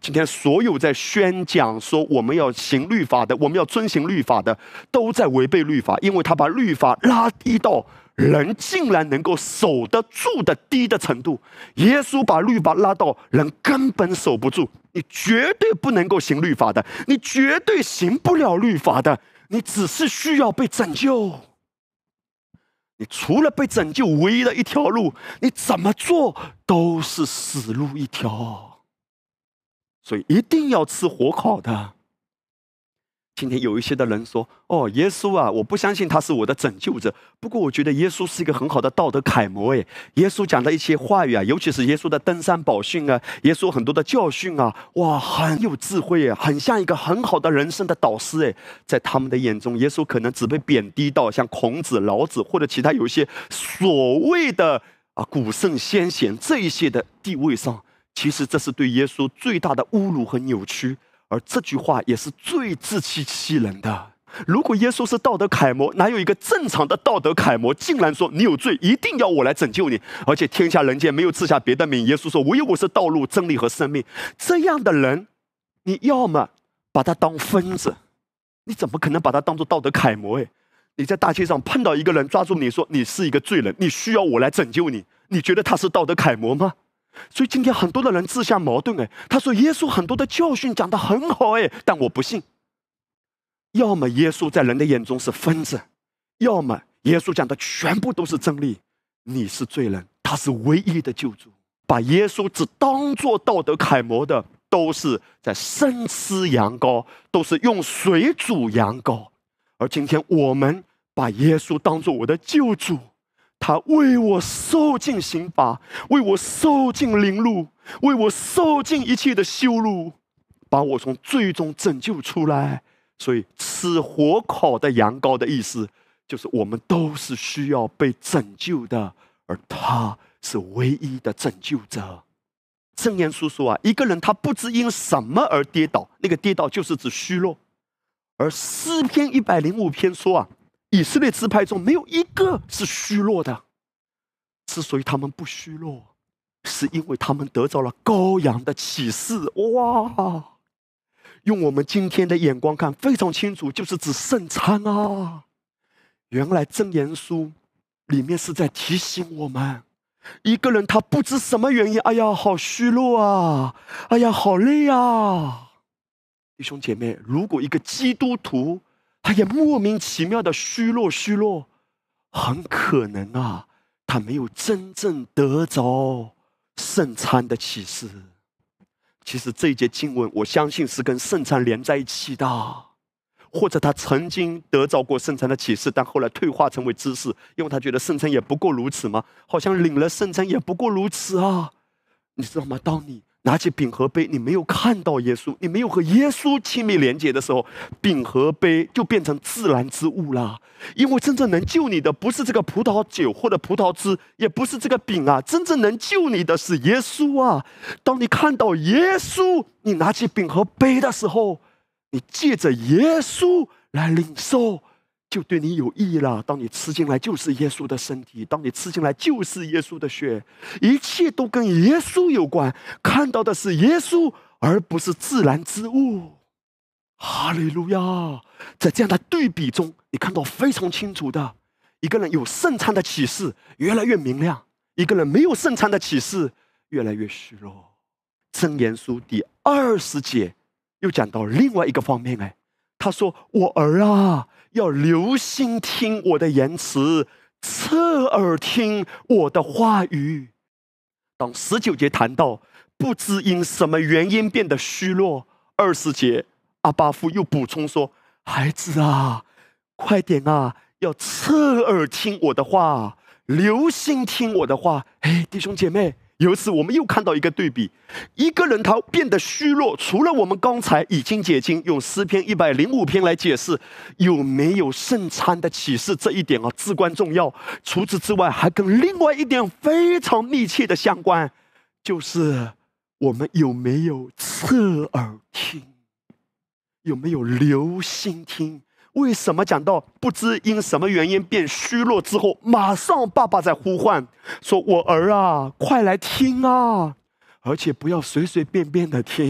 今天所有在宣讲说我们要行律法的，我们要遵行律法的，都在违背律法，因为他把律法拉低到人竟然能够守得住的低的程度。耶稣把律法拉到人根本守不住，你绝对不能够行律法的，你绝对行不了律法的，你只是需要被拯救。你除了被拯救唯一的一条路，你怎么做都是死路一条。所以一定要吃火烤的。今天有一些的人说，耶稣啊，我不相信他是我的拯救者，不过我觉得耶稣是一个很好的道德楷模。耶稣讲的一些话语啊，尤其是耶稣的登山宝训啊，耶稣很多的教训啊，哇，很有智慧，很像一个很好的人生的导师。在他们的眼中，耶稣可能只被贬低到像孔子、老子或者其他有一些所谓的古圣先贤这一些的地位上。其实这是对耶稣最大的侮辱和扭曲，而这句话也是最自欺欺人的。如果耶稣是道德楷模，哪有一个正常的道德楷模竟然说你有罪，一定要我来拯救你，而且天下人间没有赐下别的名。耶稣说唯有我是道路真理和生命。这样的人，你要么把他当疯子，你怎么可能把他当作道德楷模？你在大街上碰到一个人抓住你说你是一个罪人，你需要我来拯救你，你觉得他是道德楷模吗？所以今天很多的人自相矛盾。他说耶稣很多的教训讲得很好，但我不信。要么耶稣在人的眼中是疯子，要么耶稣讲的全部都是真理。你是罪人，他是唯一的救主。把耶稣只当作道德楷模的，都是在生吃羊羔，都是用水煮羊羔。而今天我们把耶稣当作我的救主，他为我受尽刑罚，为我受尽凌辱，为我受尽一切的羞辱，把我从罪中拯救出来。所以吃火烤的羊羔的意思，就是我们都是需要被拯救的，而他是唯一的拯救者。箴言书说一个人他不知因什么而跌倒，那个跌倒就是指虚弱。而诗篇105篇说以色列支派中没有一个是虚弱的。之所以他们不虚弱，是因为他们得到了羔羊的启示。哇，用我们今天的眼光看非常清楚，就是指圣餐啊。原来箴言书里面是在提醒我们，一个人他不知什么原因，哎呀好虚弱啊，哎呀好累啊。弟兄姐妹，如果一个基督徒他也莫名其妙的虚弱，很可能他没有真正得着圣餐的启示。其实这一节经文我相信是跟圣餐连在一起的，或者他曾经得着过圣餐的启示，但后来退化成为知识，因为他觉得圣餐也不过如此嘛，好像领了圣餐也不过如此你知道吗？当你拿起饼和杯，你没有看到耶稣，你没有和耶稣亲密连接的时候，饼和杯就变成自然之物了。因为真正能救你的不是这个葡萄酒或者葡萄汁，也不是这个饼真正能救你的是耶稣当你看到耶稣，你拿起饼和杯的时候，你借着耶稣来领受，就对你有益了。当你吃进来就是耶稣的身体，当你吃进来就是耶稣的血，一切都跟耶稣有关，看到的是耶稣，而不是自然之物。哈利路亚！在这样的对比中，你看到非常清楚的，一个人有圣餐的启示越来越明亮，一个人没有圣餐的启示越来越虚弱。箴言书第20节又讲到另外一个方面他说我儿要留心听我的言辞，侧耳听我的话语。当19节谈到不知因什么原因变得虚弱，20节阿爸父又补充说，孩子快点要侧耳听我的话，留心听我的话。弟兄姐妹，由此我们又看到一个对比，一个人他变得虚弱，除了我们刚才已经解经用诗篇105篇来解释有没有圣餐的启示，这一点至关重要。除此之外，还跟另外一点非常密切的相关，就是我们有没有侧耳听，有没有留心听。为什么讲到不知因什么原因变虚弱之后，马上爸爸在呼唤说，我儿快来听而且不要随随便便的听，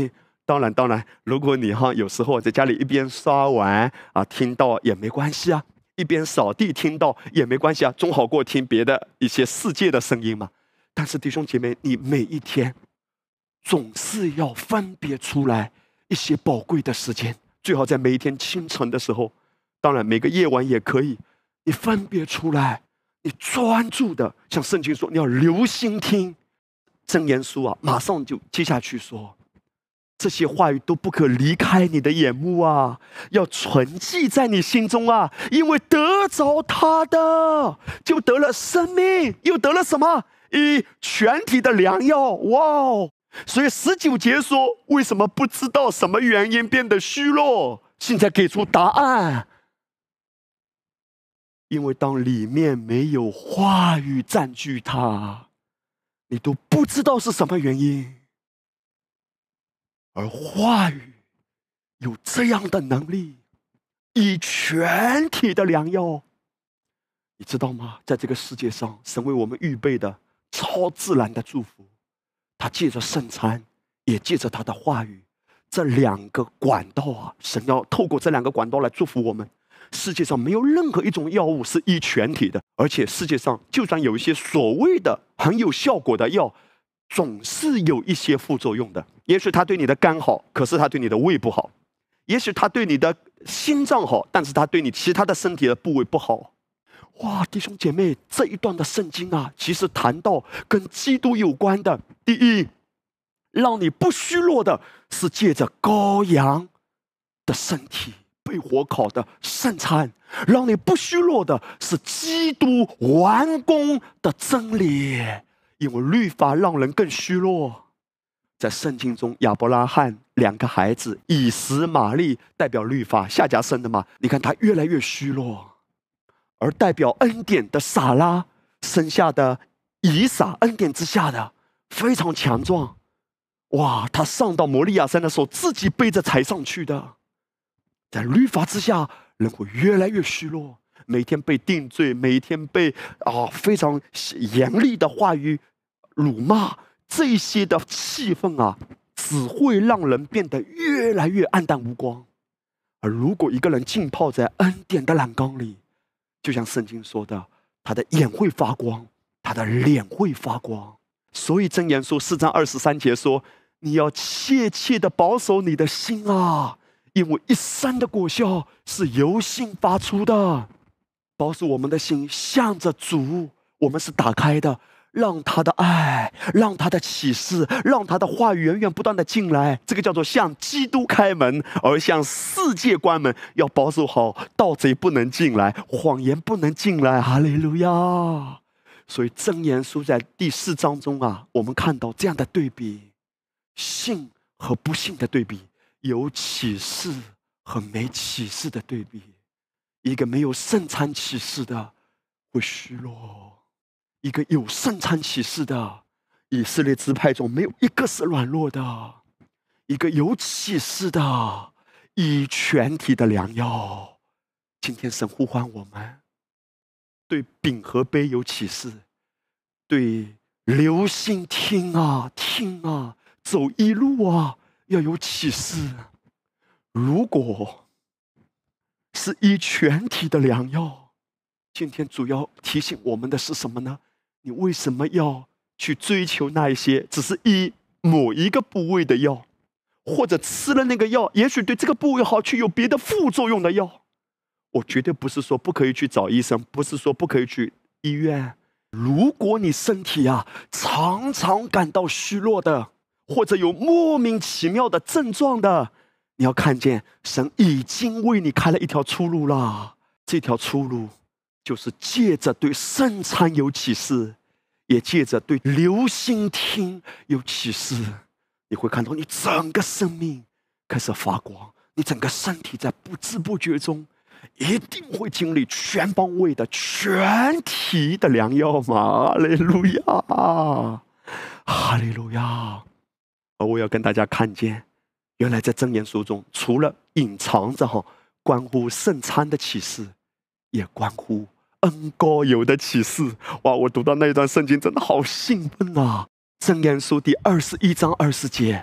当然，如果你有时候在家里一边刷碗听到也没关系啊，一边扫地听到也没关系啊，总好过听别的一些世界的声音嘛。但是弟兄姐妹，你每一天总是要分别出来一些宝贵的时间，最好在每一天清晨的时候，当然每个夜晚也可以，你分别出来，你专注的，像圣经说，你要留心听。箴言书马上就接下去说，这些话语都不可离开你的眼目要存记在你心中因为得着他的，就得了生命，又得了什么？以全体的良药。哇哦！所以19节说，为什么不知道什么原因变得虚弱？现在给出答案，因为当里面没有话语占据它，你都不知道是什么原因。而话语有这样的能力，以全体的良药。你知道吗？在这个世界上，神为我们预备的超自然的祝福，他借着圣餐，也借着他的话语，这两个管道神要透过这两个管道来祝福我们。世界上没有任何一种药物是医全体的，而且世界上就算有一些所谓的很有效果的药，总是有一些副作用的。也许它对你的肝好，可是它对你的胃不好；也许它对你的心脏好，但是它对你其他的身体的部位不好。哇，弟兄姐妹，这一段的圣经其实谈到跟基督有关的。第一，让你不虚弱的是借着羔羊的身体被火烤的圣餐，让你不虚弱的是基督完工的真理。因为律法让人更虚弱。在圣经中，亚伯拉罕2个孩子以实玛利代表律法，夏甲生的嘛，你看他越来越虚弱。而代表恩典的撒拉生下的以撒，恩典之下的非常强壮。哇，他上到摩利亚山的时候，自己背着踩上去的。在律法之下，人会越来越虚弱，每天被定罪，每天被非常严厉的话语辱骂，这些的气氛只会让人变得越来越暗淡无光。而如果一个人浸泡在恩典的蓝缸里，就像圣经说的，他的眼会发光，他的脸会发光。所以箴言书4章23节说，你要切切的保守你的心因为一生的果效是由心发出的。保守我们的心向着主，我们是打开的，让他的爱，让他的启示，让他的话语源源不断的进来。这个叫做向基督开门，而向世界关门。要保守好，盗贼不能进来，谎言不能进来。哈利路亚！所以箴言书在第4章中我们看到这样的对比，信和不信的对比，有启示和没启示的对比。一个没有圣餐启示的会虚弱，一个有圣餐启示的，以色列支派中没有一个是软弱的。一个有启示的，以全体的良药。今天神呼唤我们，对饼和杯有启示，对留心听听走一路要有启示。如果是以全体的良药，今天主要提醒我们的是什么呢？你为什么要去追求那一些只是以某一个部位的药，或者吃了那个药也许对这个部位好，却有别的副作用的药？我绝对不是说不可以去找医生，不是说不可以去医院。如果你身体常常感到虚弱的，或者有莫名其妙的症状的，你要看见神已经为你开了一条出路了。这条出路就是借着对圣餐有启示，也借着对留心听有启示。你会看到你整个生命开始发光，你整个身体在不知不觉中一定会经历全方位的全体的良药嘛！哈利路亚，哈利路亚！而我要跟大家看见，原来在箴言书中，除了隐藏着关乎圣餐的启示，也关乎恩膏油的启示。哇！我读到那一段圣经，真的好兴奋箴言书第21章20节，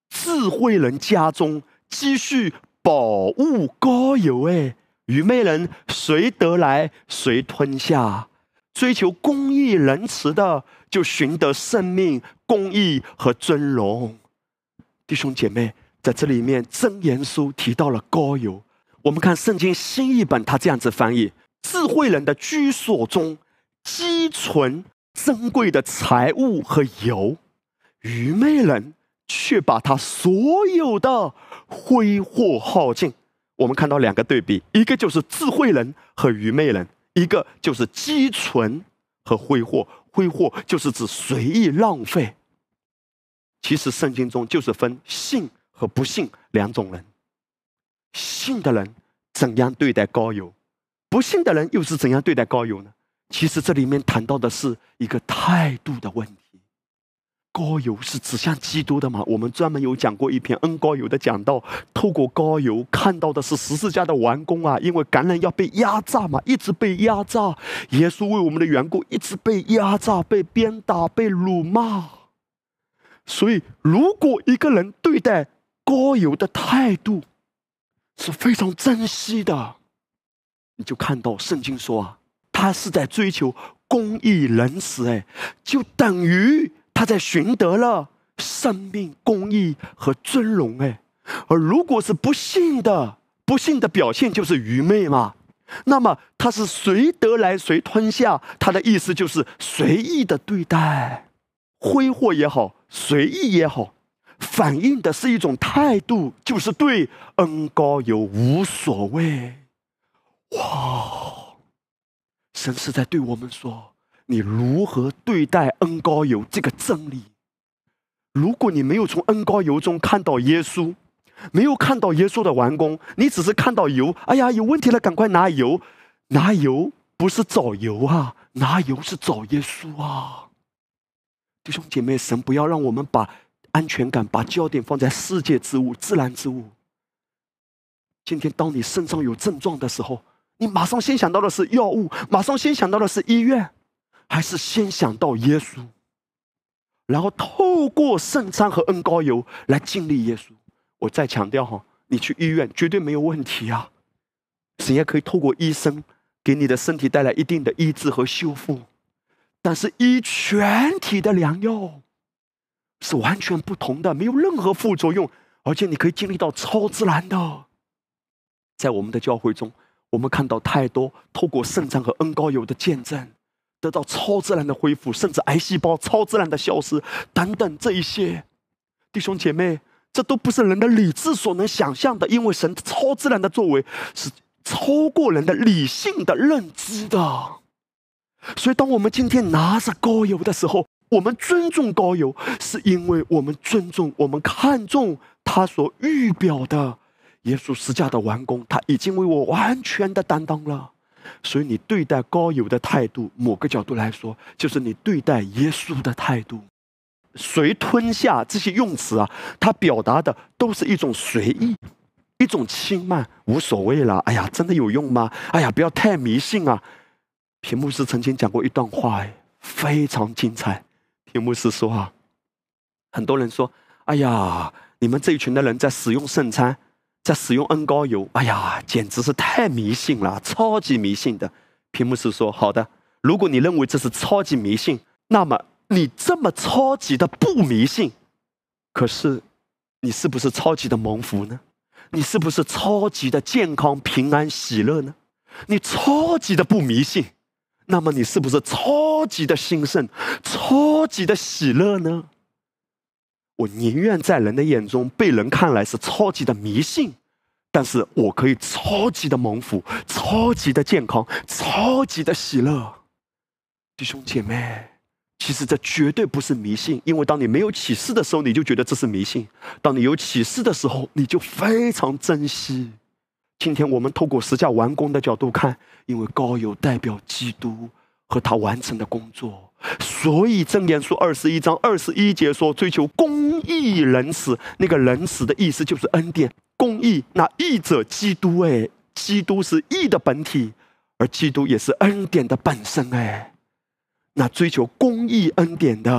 智慧人家中积蓄宝物膏油，愚昧人谁得来谁吞下。追求公义仁慈的，就寻得生命、公义和尊荣。弟兄姐妹，在这里面箴言书提到了膏油。我们看圣经新译本，它这样子翻译：智慧人的居所中积存珍贵的财物和油，愚昧人却把他所有的挥霍耗尽。我们看到两个对比，一个就是智慧人和愚昧人，一个就是积存和挥霍。挥霍就是指随意浪费。其实圣经中就是分信和不信两种人。信的人怎样对待膏油，不信的人又是怎样对待膏油呢？其实这里面谈到的是一个态度的问题。膏油是指向基督的嘛？我们专门有讲过一篇恩膏油的讲道，透过膏油看到的是十字架的完工啊！因为感人要被压榨嘛，一直被压榨，耶稣为我们的缘故一直被压榨、被鞭打、被辱骂。所以如果一个人对待膏油的态度是非常珍惜的，你就看到圣经说啊，他是在追求公义仁慈，就等于他在寻得了生命、公义和尊荣。而如果是不信的表现就是愚昧嘛，那么他是谁得来谁吞下，他的意思就是随意的对待，挥霍也好，随意也好，反映的是一种态度，就是对恩膏油无所谓。哇！神是在对我们说，你如何对待恩膏油这个真理。如果你没有从恩膏油中看到耶稣，没有看到耶稣的完工，你只是看到油，哎呀，有问题了，赶快拿油。拿油不是找油啊，拿油是找耶稣啊。弟兄姐妹，神不要让我们把安全感、把焦点放在世界之物、自然之物。今天当你身上有症状的时候，你马上先想到的是药物，马上先想到的是医院，还是先想到耶稣，然后透过圣餐和恩膏油来经历耶稣。我再强调哈，你去医院绝对没有问题啊，神也可以透过医生给你的身体带来一定的医治和修复，但是医全体的良药是完全不同的，没有任何副作用，而且你可以经历到超自然的。在我们的教会中，我们看到太多透过圣餐和恩膏油的见证，得到超自然的恢复，甚至癌细胞超自然的消失等等，这一些弟兄姐妹，这都不是人的理智所能想象的，因为神超自然的作为是超过人的理性的认知的。所以当我们今天拿着膏油的时候，我们尊重膏油，是因为我们尊重、我们看重他所预表的耶稣十架的完工，他已经为我完全的担当了。所以你对待膏油的态度，某个角度来说，就是你对待耶稣的态度。谁吞下这些用词啊，它表达的都是一种随意，一种轻慢，无所谓了。哎呀，真的有用吗？哎呀，不要太迷信啊。平牧师曾经讲过一段话，非常精彩。平牧师说啊，很多人说，哎呀，你们这一群的人在使用圣餐，在使用恩膏油，哎呀，简直是太迷信了，超级迷信的。平牧师说，好的，如果你认为这是超级迷信，那么你这么超级的不迷信，可是你是不是超级的蒙福呢？你是不是超级的健康、平安、喜乐呢？你超级的不迷信，那么你是不是超级的兴盛、超级的喜乐呢？我宁愿在人的眼中被人看来是超级的迷信，但是我可以超级的蒙福、超级的健康、超级的喜乐。弟兄姐妹，其实这绝对不是迷信，因为当你没有启示的时候，你就觉得这是迷信；当你有启示的时候，你就非常珍惜。今天我们透过十架完工的角度看，因为膏油代表基督和他完成的工作，所以箴言书21章21节说，追求公义仁慈。那个仁慈的意思就是恩典，公义，那义者基督，基督是义的本体，而基督也是恩典的本身。那追求公义恩典的，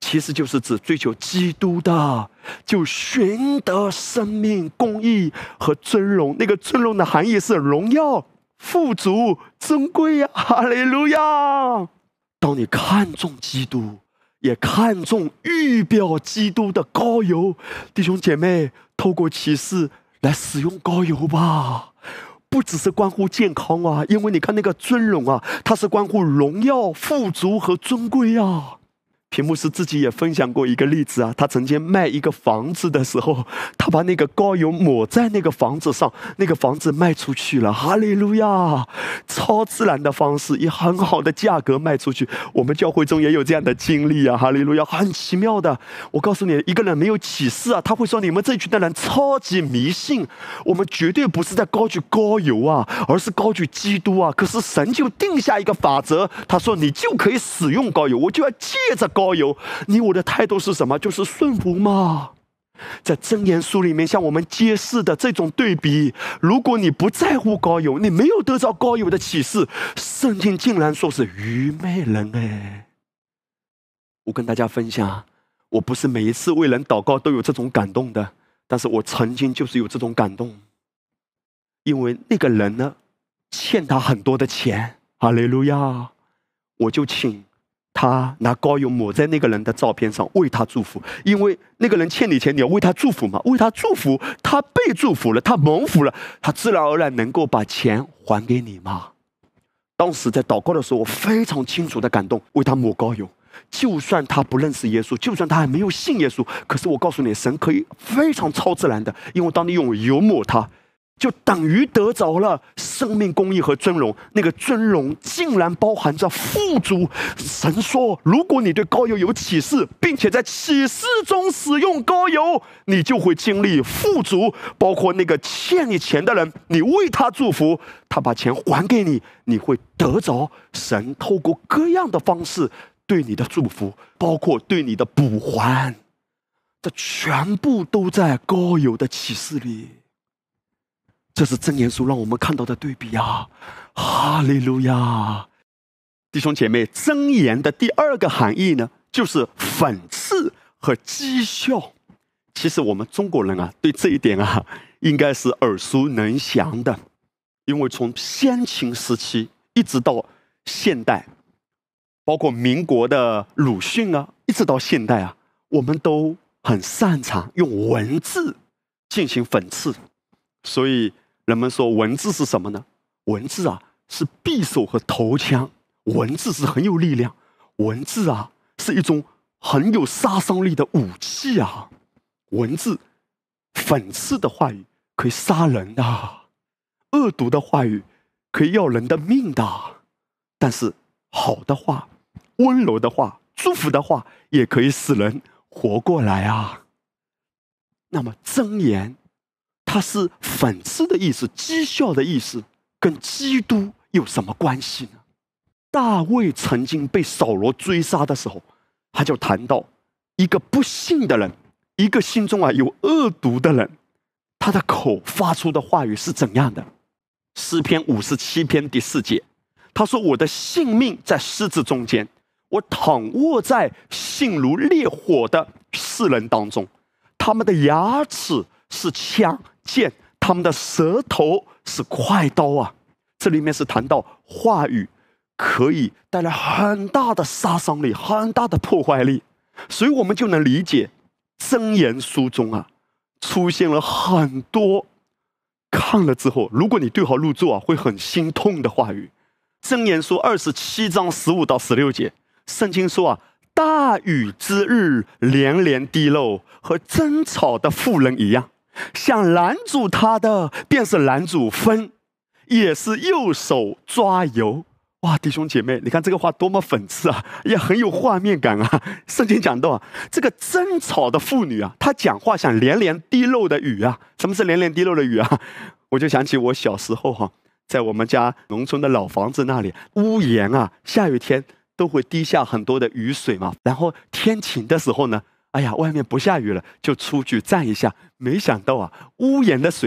其实就是指追求基督的，就寻得生命、公义和尊荣。那个尊荣的含义是荣耀、富足、尊贵呀！哈利路亚！当你看重基督，也看重预表基督的膏油，弟兄姐妹，透过启示来使用膏油吧。不只是关乎健康啊，因为你看那个尊荣啊，它是关乎荣耀、富足和尊贵啊。平牧师自己也分享过一个例子啊，他曾经卖一个房子的时候，他把那个膏油抹在那个房子上，那个房子卖出去了，哈利路亚！超自然的方式，以很好的价格卖出去。我们教会中也有这样的经历啊，哈利路亚，很奇妙的。我告诉你，一个人没有启示啊，他会说你们这群的人超级迷信。我们绝对不是在高举膏油啊，而是高举基督啊。可是神就定下一个法则，他说你就可以使用膏油，我就要借着膏油。你我的态度是什么？就是顺服嘛。在箴言书里面向我们揭示的这种对比，如果你不在乎膏油，你没有得到膏油的启示，圣经竟然说是愚昧人哎。我跟大家分享，我不是每一次为人祷告都有这种感动的，但是我曾经就是有这种感动，因为那个人呢欠他很多的钱，哈利路亚，我就请他拿膏油抹在那个人的照片上，为他祝福。因为那个人欠你钱，你要为他祝福嘛，为他祝福，他被祝福了，他蒙福了，他自然而然能够把钱还给你嘛。当时在祷告的时候，我非常清楚的感动，为他抹膏油。就算他不认识耶稣，就算他还没有信耶稣，可是我告诉你，神可以非常超自然的，因为当你用油抹他，就等于得着了生命、公义和尊荣。那个尊荣竟然包含着富足。神说，如果你对膏油有启示，并且在启示中使用膏油，你就会经历富足。包括那个欠你钱的人，你为他祝福，他把钱还给你，你会得着神透过各样的方式对你的祝福，包括对你的补还。这全部都在膏油的启示里。这是箴言书让我们看到的对比啊！哈利路亚，弟兄姐妹，箴言的第二个含义呢，就是讽刺和讥笑。其实我们中国人啊，对这一点啊，应该是耳熟能详的，因为从先秦时期一直到现代，包括民国的鲁迅啊，一直到现代啊，我们都很擅长用文字进行讽刺，所以人们说文字是什么呢？文字啊是匕首和头枪，文字是很有力量，文字啊是一种很有杀伤力的武器啊。文字讽刺的话语可以杀人的，恶毒的话语可以要人的命的，但是好的话、温柔的话、祝福的话也可以使人活过来啊。那么箴言它是讽刺的意思、讥笑的意思，跟基督有什么关系呢？大卫曾经被扫罗追杀的时候，他就谈到一个不信的人，一个心中有恶毒的人，他的口发出的话语是怎样的？诗篇57篇第4节，他说：“我的性命在狮子中间，我躺卧在性如烈火的世人当中，他们的牙齿是枪剑，他们的舌头是快刀啊。”这里面是谈到话语可以带来很大的杀伤力，很大的破坏力，所以我们就能理解箴言书中出现了很多看了之后，如果你对号入座会很心痛的话语。箴言书27章15到16节，圣经说大雨之日连连滴漏，和争吵的妇人一样，想拦阻他的便是拦阻风，也是右手抓油。哇，弟兄姐妹，你看这个话多么讽刺啊，也很有画面感啊。圣经讲到这个争吵的妇女她讲话像连连滴漏的雨啊。什么是连连滴漏的雨啊？我就想起我小时候在我们家农村的老房子那里，屋檐下雨天都会滴下很多的雨水嘛。然后天晴的时候呢，哎呀，外面不下雨了，就出去站一下。没想到屋檐的水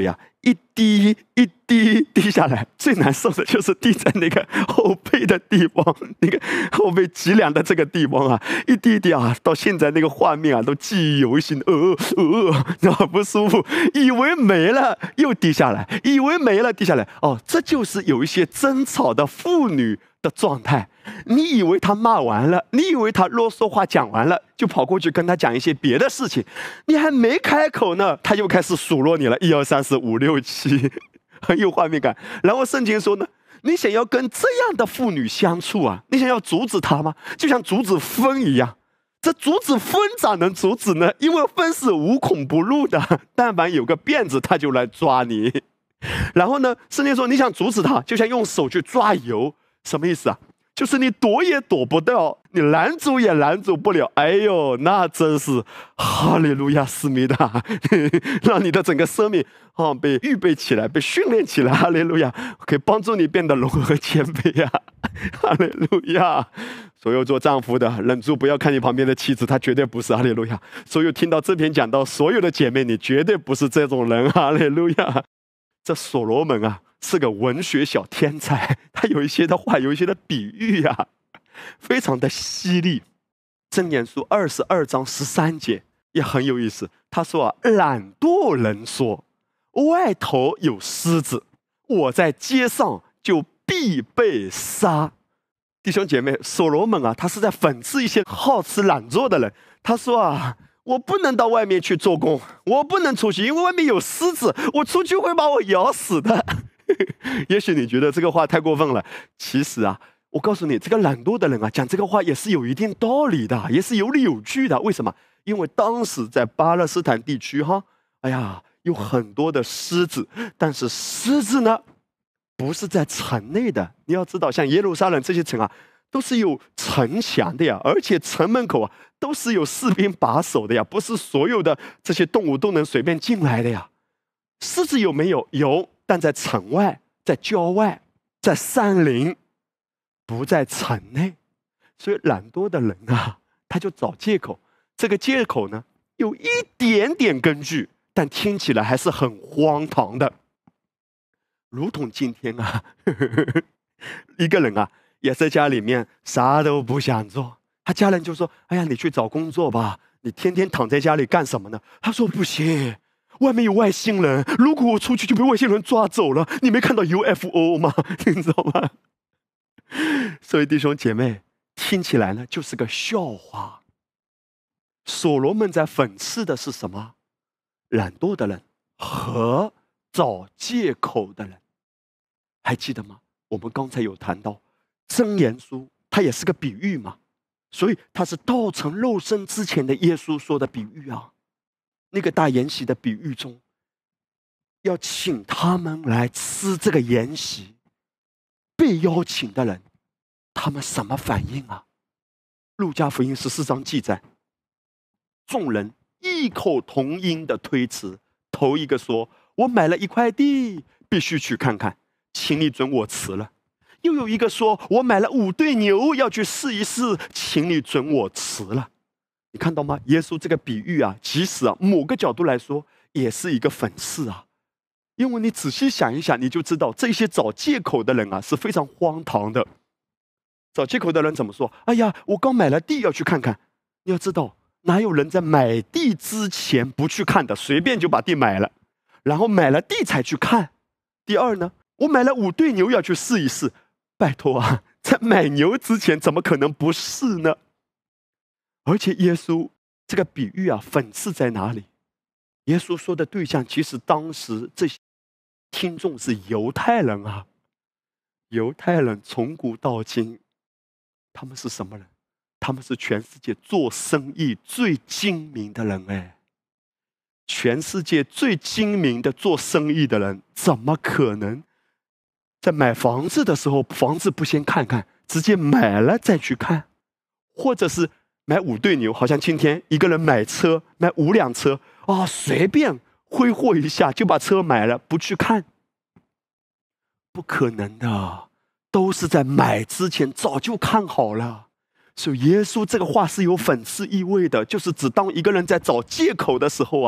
一滴一滴滴下来，最难受的就是滴在那个后背的地方，那个后背脊梁的这个地方啊，一滴一滴啊，到现在那个画面啊都记忆犹新，然后不舒服，以为没了又滴下来，以为没了滴下来，哦，这就是有一些争吵的妇女的状态。你以为他骂完了，你以为他啰嗦话讲完了，就跑过去跟他讲一些别的事情，你还没开口呢，他又开始数落你了，1、2、3、4、5、6、7，很有画面感。然后圣经说呢，你想要跟这样的妇女相处啊，你想要阻止她吗？就像阻止风一样。这阻止风咋能阻止呢？因为风是无孔不入的，但凡有个辫子，他就来抓你。然后呢，圣经说你想阻止他，就像用手去抓油，什么意思啊？就是你躲也躲不掉，你拦阻也拦阻不了。哎呦，那真是哈利路亚，思密达，让你的整个生命被预备起来，被训练起来。哈利路亚，可以帮助你变得柔和谦卑呀。哈利路亚，所有做丈夫的忍住不要看你旁边的妻子，她绝对不是。哈利路亚，所有听到这篇讲道所有的姐妹，你绝对不是这种人。哈利路亚，这所罗门啊是个文学小天才，他有一些的话，有一些的比喻啊，非常的犀利。箴言书22章13节也很有意思，他说啊，懒惰人说，外头有狮子，我在街上就必被杀。弟兄姐妹，所罗门啊，他是在讽刺一些好吃懒做的人。他说啊，我不能到外面去做工，我不能出去，因为外面有狮子，我出去会把我咬死的。也许你觉得这个话太过分了，其实啊，我告诉你，这个懒惰的人啊，讲这个话也是有一定道理的，也是有理有据的。为什么？因为当时在巴勒斯坦地区有很多的狮子，但是狮子呢，不是在城内的。你要知道，像耶路撒冷这些城啊，都是有城墙的呀，而且城门口啊都是有士兵把守的呀，不是所有的这些动物都能随便进来的呀。狮子有没有？有，但在城外，在郊外，在山林，不在城内。所以懒惰的人啊，他就找借口。这个借口呢，有一点点根据，但听起来还是很荒唐的。如同今天啊，一个人啊，也在家里面啥都不想做，他家人就说：“哎呀，你去找工作吧，你天天躺在家里干什么呢？”他说：“不行。外面有外星人，如果我出去就被外星人抓走了，你没看到 UFO 吗？你知道吗？”所以弟兄姐妹，听起来呢就是个笑话。所罗门在讽刺的是什么？懒惰的人和找借口的人。还记得吗？我们刚才有谈到箴言书，它也是个比喻嘛，所以它是道成肉身之前的耶稣说的比喻啊。那个大筵席的比喻中，要请他们来吃这个筵席，被邀请的人，他们什么反应啊？路加福音14章记载，众人异口同音的推辞。头一个说：“我买了一块地，必须去看看，请你准我辞了。”又有一个说：“我买了5对牛，要去试一试，请你准我辞了。”你看到吗？耶稣这个比喻啊，其实啊，某个角度来说，也是一个讽刺啊。因为你仔细想一想，你就知道这些找借口的人啊，是非常荒唐的。找借口的人怎么说？哎呀，我刚买了地，要去看看。你要知道，哪有人在买地之前不去看的？随便就把地买了，然后买了地才去看。第二呢，我买了5对牛，要去试一试。拜托啊，在买牛之前，怎么可能不试呢？而且耶稣这个比喻啊，讽刺在哪里？耶稣说的对象，其实当时这些听众是犹太人啊。犹太人从古到今，他们是什么人？他们是全世界做生意最精明的人哎。全世界最精明的做生意的人，怎么可能在买房子的时候，房子不先看看，直接买了再去看？或者是买5对牛，好像今天一个人买车，买5辆车啊，随便挥霍一下就把车买了，不去看，不可能的，都是在买之前早就看好了。所以耶稣这个话是有讽刺意味的，就是只当一个人在找借口的时候啊，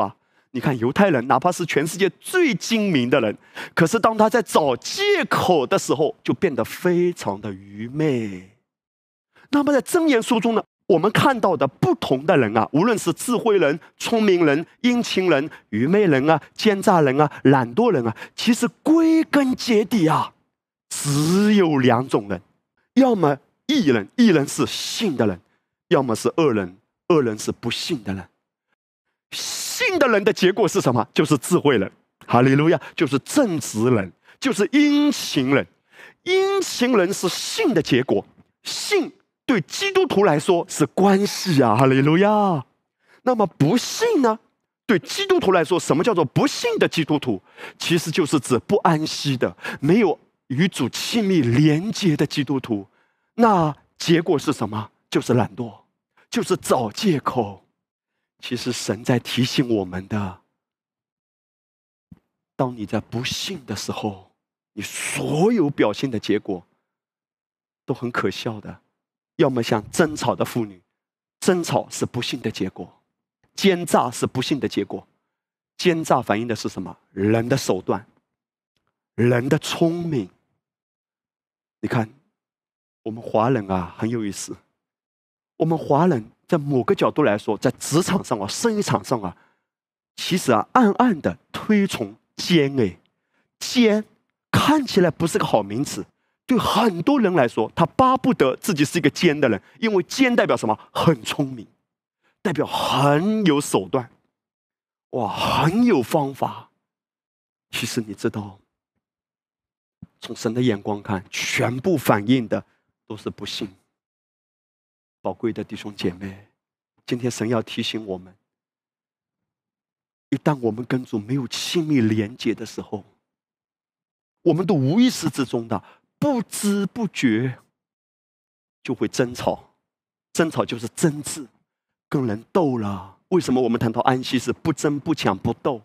你看犹太人，哪怕是全世界最精明的人，可是当他在找借口的时候，就变得非常的愚昧。那么在箴言书中呢，我们看到的不同的人啊，无论是智慧人、聪明人、殷勤人、愚昧人啊、奸诈人啊、懒惰人啊，其实归根结底啊，只有两种人，要么义人，义人是信的人；要么是恶人，恶人是不信的人。信的人的结果是什么？就是智慧人，哈利路亚，就是正直人，就是殷勤人。殷勤人是信的结果，信对基督徒来说是关系啊，哈利路亚。那么不信呢？对基督徒来说，什么叫做不信的基督徒？其实就是指不安息的，没有与主亲密连接的基督徒。那结果是什么？就是懒惰，就是找借口。其实神在提醒我们的，当你在不信的时候，你所有表现的结果都很可笑的。要么像争吵的妇女，争吵是不幸的结果；奸诈是不幸的结果。奸诈反映的是什么？人的手段，人的聪明。你看，我们华人啊很有意思，我们华人在某个角度来说，在职场上啊、生意场上啊，其实啊暗暗的推崇奸。奸看起来不是个好名词，对很多人来说，他巴不得自己是一个奸的人，因为奸代表什么？很聪明，代表很有手段，哇，很有方法。其实你知道，从神的眼光看，全部反映的都是不信。宝贵的弟兄姐妹，今天神要提醒我们，一旦我们跟主没有亲密连接的时候，我们都无意识之中的不知不觉就会争吵。争吵就是争执，跟人斗了。为什么我们谈到安息是不争不抢不斗？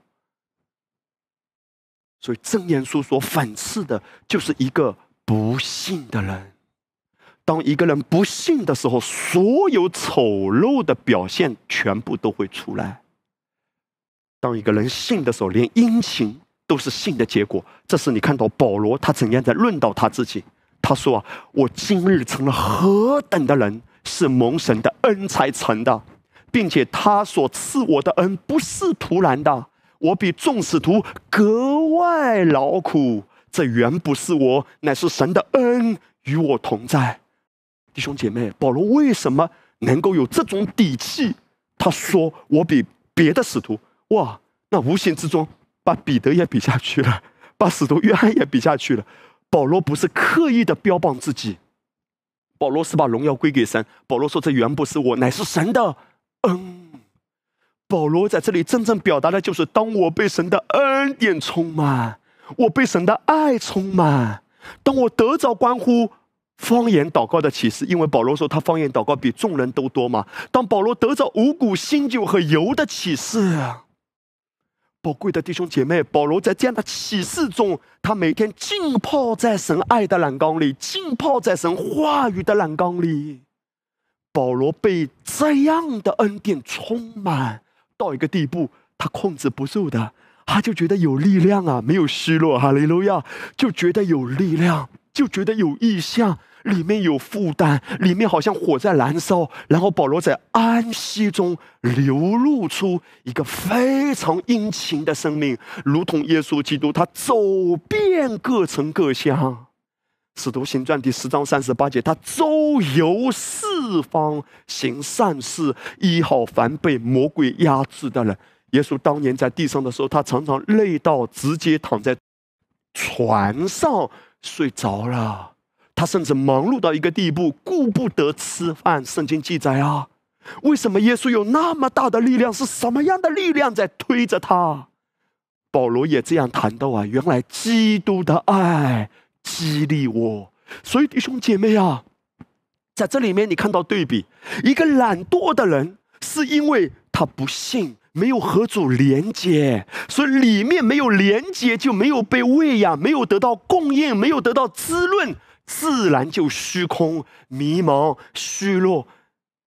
所以箴言书所反斥的就是一个不信的人。当一个人不信的时候，所有丑陋的表现全部都会出来。当一个人信的时候，连殷勤都是信的结果。这是你看到保罗他怎样在论到他自己。他说啊，我今日成了何等的人，是蒙神的恩才成的，并且他所赐我的恩不是突然的，我比众使徒格外劳苦，这原不是我，乃是神的恩与我同在。弟兄姐妹，保罗为什么能够有这种底气？他说我比别的使徒，哇，那无形之中把彼得也比下去了，把使徒约翰也比下去了。保罗不是刻意的标榜自己，保罗是把荣耀归给神。保罗说这原不是我，乃是神的恩。保罗在这里真正表达的就是，当我被神的恩典充满，我被神的爱充满，当我得着关乎方言祷告的启示，因为保罗说他方言祷告比众人都多嘛。当保罗得着五谷新酒和油的启示，宝贵的弟兄姐妹，保罗在这样的启示中，他每天浸泡在神爱的蓝缸里，浸泡在神话语的蓝缸里。保罗被这样的恩典充满到一个地步，他控制不住的，他就觉得有力量啊，没有虚弱，哈利路亚，就觉得有力量，就觉得有意象，里面有负担，里面好像火在燃烧。然后保罗在安息中流露出一个非常殷勤的生命，如同耶稣基督，他走遍各城各乡。使徒行传第10章38节，他周游四方，行善事，医好凡被魔鬼压制的人。耶稣当年在地上的时候，他常常累到直接躺在船上睡着了。他甚至忙碌到一个地步，顾不得吃饭。圣经记载啊，为什么耶稣有那么大的力量？是什么样的力量在推着他？保罗也这样谈到啊，原来基督的爱激励我。所以弟兄姐妹啊，在这里面你看到对比，一个懒惰的人是因为他不信，没有和主连接，所以里面没有连接，就没有被喂养，没有得到供应，没有得到滋润，自然就虚空、迷茫、虚弱。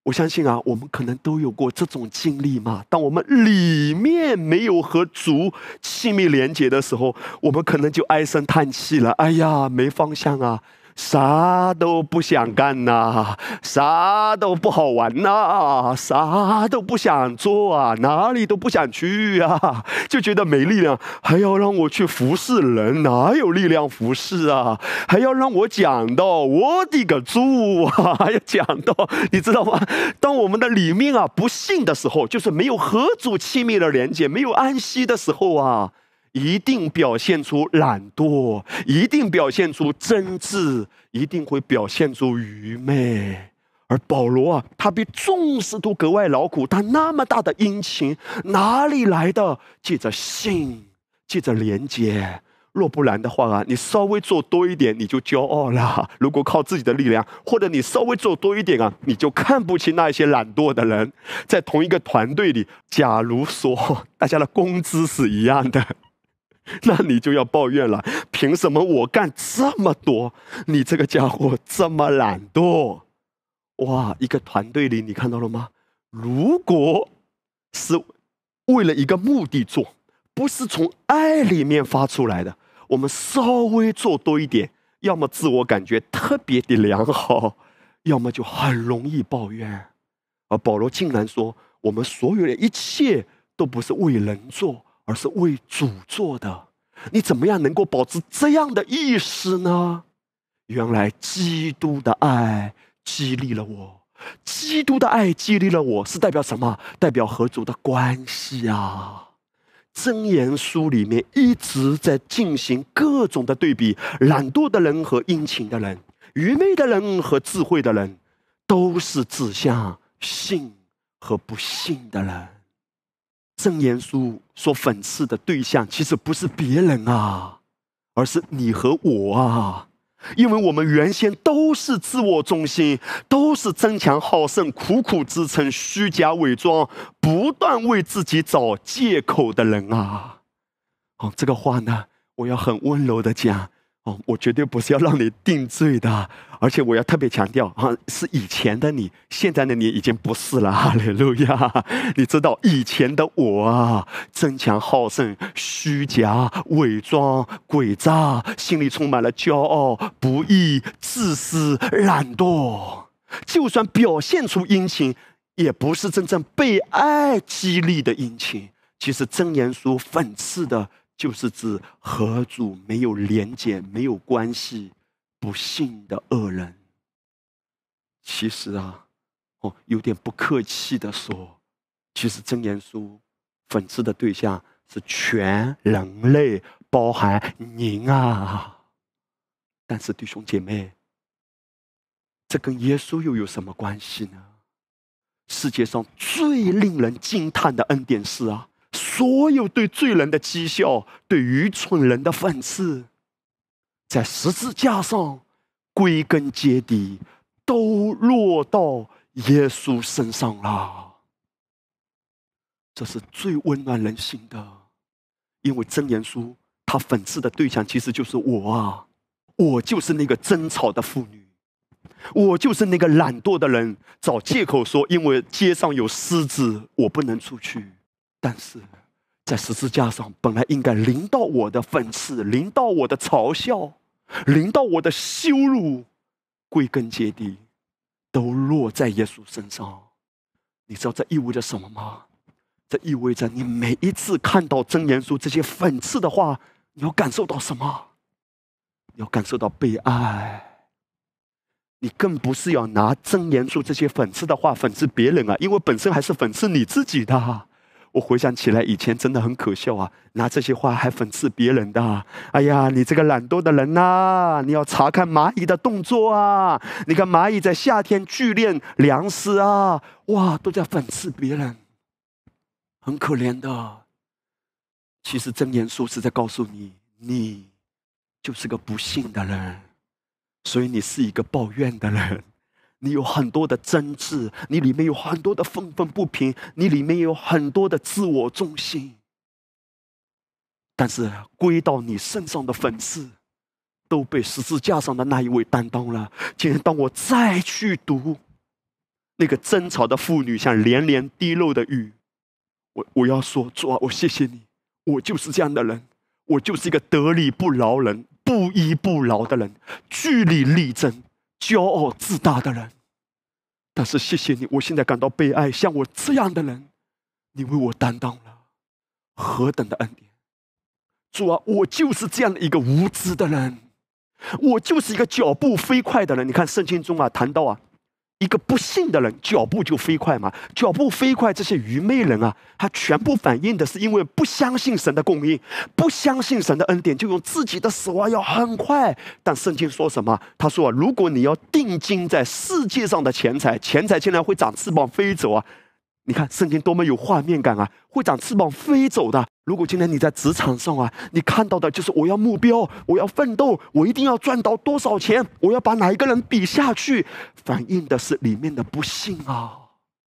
我相信啊，我们可能都有过这种经历嘛。当我们里面没有和主亲密连接的时候，我们可能就唉声叹气了。哎呀，没方向啊，啥都不想干呐，啥都不好玩呐，啥都不想做啊，哪里都不想去啊，就觉得没力量，还要让我去服侍人，哪有力量服侍啊？还要让我讲道，我的个主啊！还要讲道，你知道吗？当我们的里面啊不信的时候，就是没有和主亲密的连接，没有安息的时候啊。一定表现出懒惰，一定表现出真挚，一定会表现出愚昧。而保罗啊，他比众使徒格外劳苦，他那么大的殷勤，哪里来的？借着信，借着连接。若不然的话啊，你稍微做多一点，你就骄傲了。如果靠自己的力量，或者你稍微做多一点啊，你就看不起那些懒惰的人。在同一个团队里，假如说大家的工资是一样的，那你就要抱怨了，凭什么我干这么多，你这个家伙这么懒惰？哇，一个团队里，你看到了吗？如果是为了一个目的做，不是从爱里面发出来的，我们稍微做多一点，要么自我感觉特别的良好，要么就很容易抱怨。而保罗竟然说，我们所有的一切都不是为人做，而是为主做的。你怎么样能够保持这样的意识呢？原来基督的爱激励了我，基督的爱激励了我，是代表什么？代表和主的关系啊。箴言书里面一直在进行各种的对比，懒惰的人和殷勤的人，愚昧的人和智慧的人，都是指向信和不信的人。箴言书所讽刺的对象其实不是别人啊，而是你和我啊。因为我们原先都是自我中心，都是争强好胜、苦苦支撑、虚假伪装、不断为自己找借口的人啊。这个话呢，我要很温柔的讲。我绝对不是要让你定罪的，而且我要特别强调是以前的你，现在的你已经不是了。哈利路亚！你知道以前的我啊，争强好胜、虚假、伪装、诡诈，心里充满了骄傲、不义、自私、懒惰。就算表现出殷勤，也不是真正被爱激励的殷勤。其实箴言书讽刺的就是指和主没有连结、没有关系、不信的恶人。其实啊，有点不客气的说，其实箴言书讽刺的对象是全人类，包含您啊。但是弟兄姐妹，这跟耶稣又有什么关系呢？世界上最令人惊叹的恩典是啊，所有对罪人的讥笑，对愚蠢人的讽刺，在十字架上归根结底都落到耶稣身上了。这是最温暖人心的。因为箴言书他讽刺的对象其实就是我啊，我就是那个争吵的妇女，我就是那个懒惰的人，找借口说因为街上有狮子我不能出去。但是在十字架上本来应该临到我的讽刺，临到我的嘲笑，临到我的羞辱，归根结底都落在耶稣身上。你知道这意味着什么吗？这意味着你每一次看到箴言书这些讽刺的话，你要感受到什么？你要感受到被爱。你更不是要拿箴言书这些讽刺的话讽刺别人啊，因为本身还是讽刺你自己的。我回想起来，以前真的很可笑啊，拿这些话还讽刺别人的。哎呀，你这个懒惰的人啊，你要查看蚂蚁的动作啊！你看蚂蚁在夏天聚敛粮食啊，哇，都在讽刺别人，很可怜的。其实箴言书是在告诉你，你就是个不幸的人，所以你是一个抱怨的人。你有很多的争执，你里面有很多的愤愤不平，你里面有很多的自我中心。但是归到你身上的讽刺，都被十字架上的那一位担当了。今天当我再去读那个争吵的妇女像连连滴漏的雨。我要说，主啊，我谢谢你，我就是这样的人，我就是一个得理不饶人、不依不饶的人，据理力争、骄傲自大的人。但是谢谢你，我现在感到被爱，像我这样的人，你为我担当了何等的恩典。主啊，我就是这样的一个无知的人，我就是一个脚步飞快的人。你看圣经中啊，谈到啊，一个不信的人脚步就飞快嘛，脚步飞快，这些愚昧人啊，他全部反映的是因为不相信神的供应，不相信神的恩典，就用自己的手啊要很快。但圣经说什么？他说啊，如果你要定睛在世界上的钱财，钱财竟然会长翅膀飞走啊！你看圣经多么有画面感啊，会长翅膀飞走的。如果今天你在职场上啊，你看到的就是我要目标，我要奋斗，我一定要赚到多少钱，我要把哪一个人比下去，反映的是里面的不幸啊。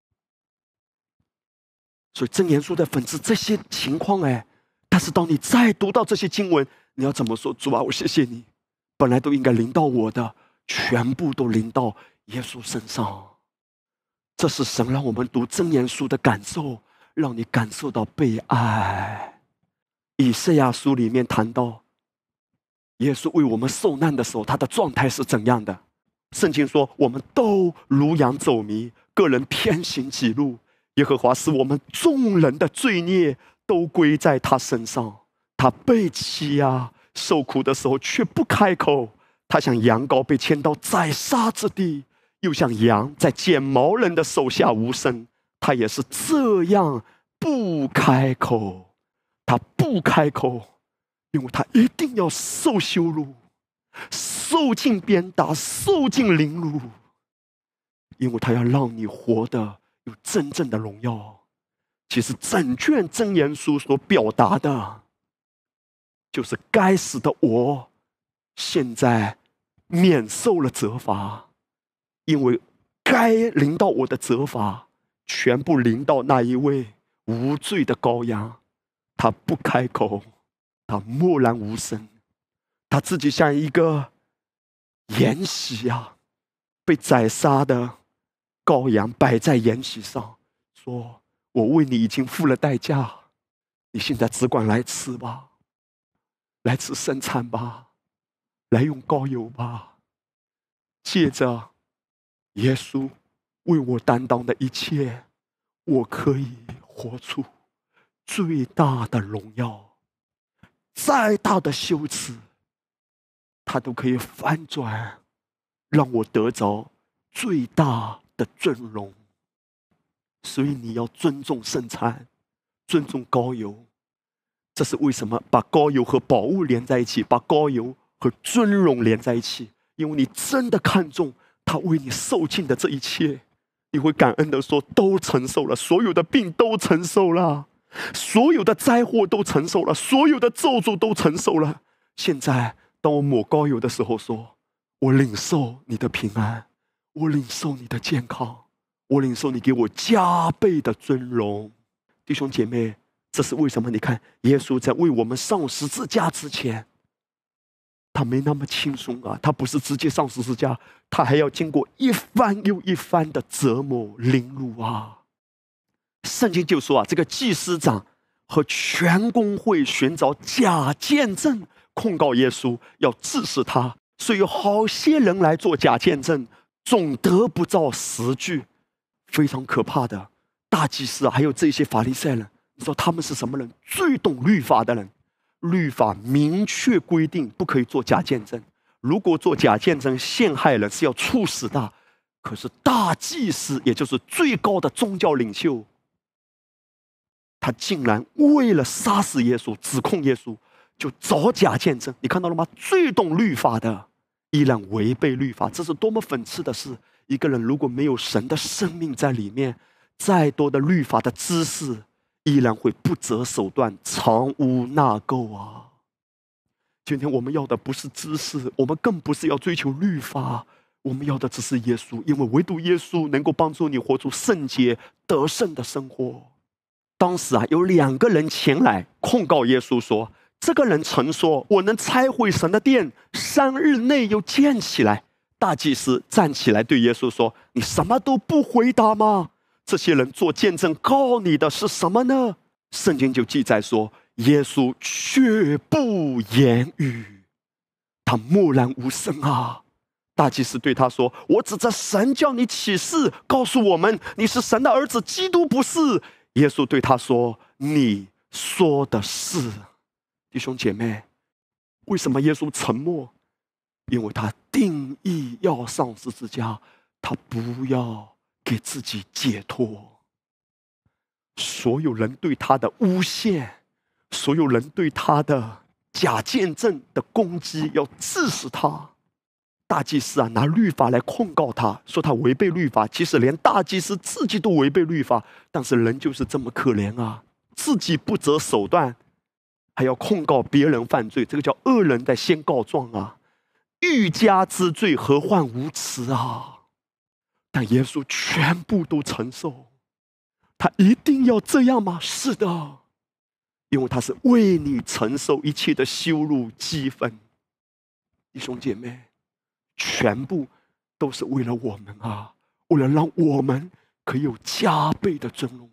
所以箴言书在讽刺这些情况但是当你再读到这些经文，你要怎么说？主啊，我谢谢你，本来都应该临到我的，全部都临到耶稣身上。这是神让我们读箴言书的感受，让你感受到被爱。以赛亚书里面谈到耶稣为我们受难的时候，他的状态是怎样的？圣经说，我们都如羊走迷，个人偏行己路，耶和华使我们众人的罪孽都归在他身上。他被欺压受苦的时候却不开口，他像羊羔被牵到宰杀之地，又像羊在剪毛人的手下无声，他也是这样不开口。他不开口，因为他一定要受羞辱，受尽鞭打，受尽凌辱，因为他要让你活得有真正的荣耀。其实整卷箴言书所表达的，就是该死的我现在免受了责罚，因为该临到我的责罚全部临到那一位无罪的羔羊。他不开口，他默然无声，他自己像一个筵席啊，被宰杀的羔羊摆在筵席上，说我为你已经付了代价，你现在只管来吃吧，来吃生餐吧，来用膏油吧。借着耶稣为我担当的一切，我可以活出最大的荣耀。再大的羞耻他都可以翻转，让我得着最大的尊荣。所以你要尊重圣餐，尊重膏油。这是为什么把膏油和宝物连在一起，把膏油和尊荣连在一起，因为你真的看重他为你受尽的这一切，你会感恩的说，都承受了，所有的病都承受了，所有的灾祸都承受了，所有的咒诅都承受了。现在当我抹膏油的时候说，我领受你的平安，我领受你的健康，我领受你给我加倍的尊荣。弟兄姐妹，这是为什么？你看耶稣在为我们上十字架之前，他没那么轻松啊，他不是直接上十字架，他还要经过一番又一番的折磨凌辱啊。圣经就说啊，这个祭司长和全公会寻找假见证控告耶稣，要治死他，所以有好些人来做假见证，总得不到实据。非常可怕的大祭司啊，还有这些法利赛人，你知道他们是什么人？最懂律法的人。律法明确规定不可以做假见证，如果做假见证陷害人是要处死的。可是大祭司，也就是最高的宗教领袖，他竟然为了杀死耶稣，指控耶稣，就找假见证。你看到了吗？最懂律法的依然违背律法，这是多么讽刺的事。一个人如果没有神的生命在里面，再多的律法的知识依然会不择手段，藏污纳垢啊。今天我们要的不是知识，我们更不是要追求律法，我们要的只是耶稣，因为唯独耶稣能够帮助你活出圣洁得胜的生活。当时啊，有2个人前来控告耶稣说，这个人曾说，我能拆毁神的殿，3日内又建起来。 大祭司站起来对耶稣说：“你什么都不回答吗？这些人做见证告你的是什么呢？”圣经就记载说，耶稣却不言语，他默然无声啊。大祭司对他说：“我指着神叫你起誓，告诉我们你是神的儿子，基督不是。”耶稣对他说：“你说的是。”弟兄姐妹，为什么耶稣沉默？因为他定义要上十字架，他不要给自己解脱。所有人对他的诬陷，所有人对他的假见证的攻击，要致死他。大祭司拿律法来控告他，说他违背律法。其实连大祭司自己都违背律法，但是人就是这么可怜啊，自己不择手段，还要控告别人犯罪，这个叫恶人在先告状啊！欲加之罪，何患无辞啊！但耶稣全部都承受，他一定要这样吗？是的，因为他是为你承受一切的羞辱、讥讽。弟兄姐妹，全部都是为了我们啊，为了让我们可以有加倍的尊荣。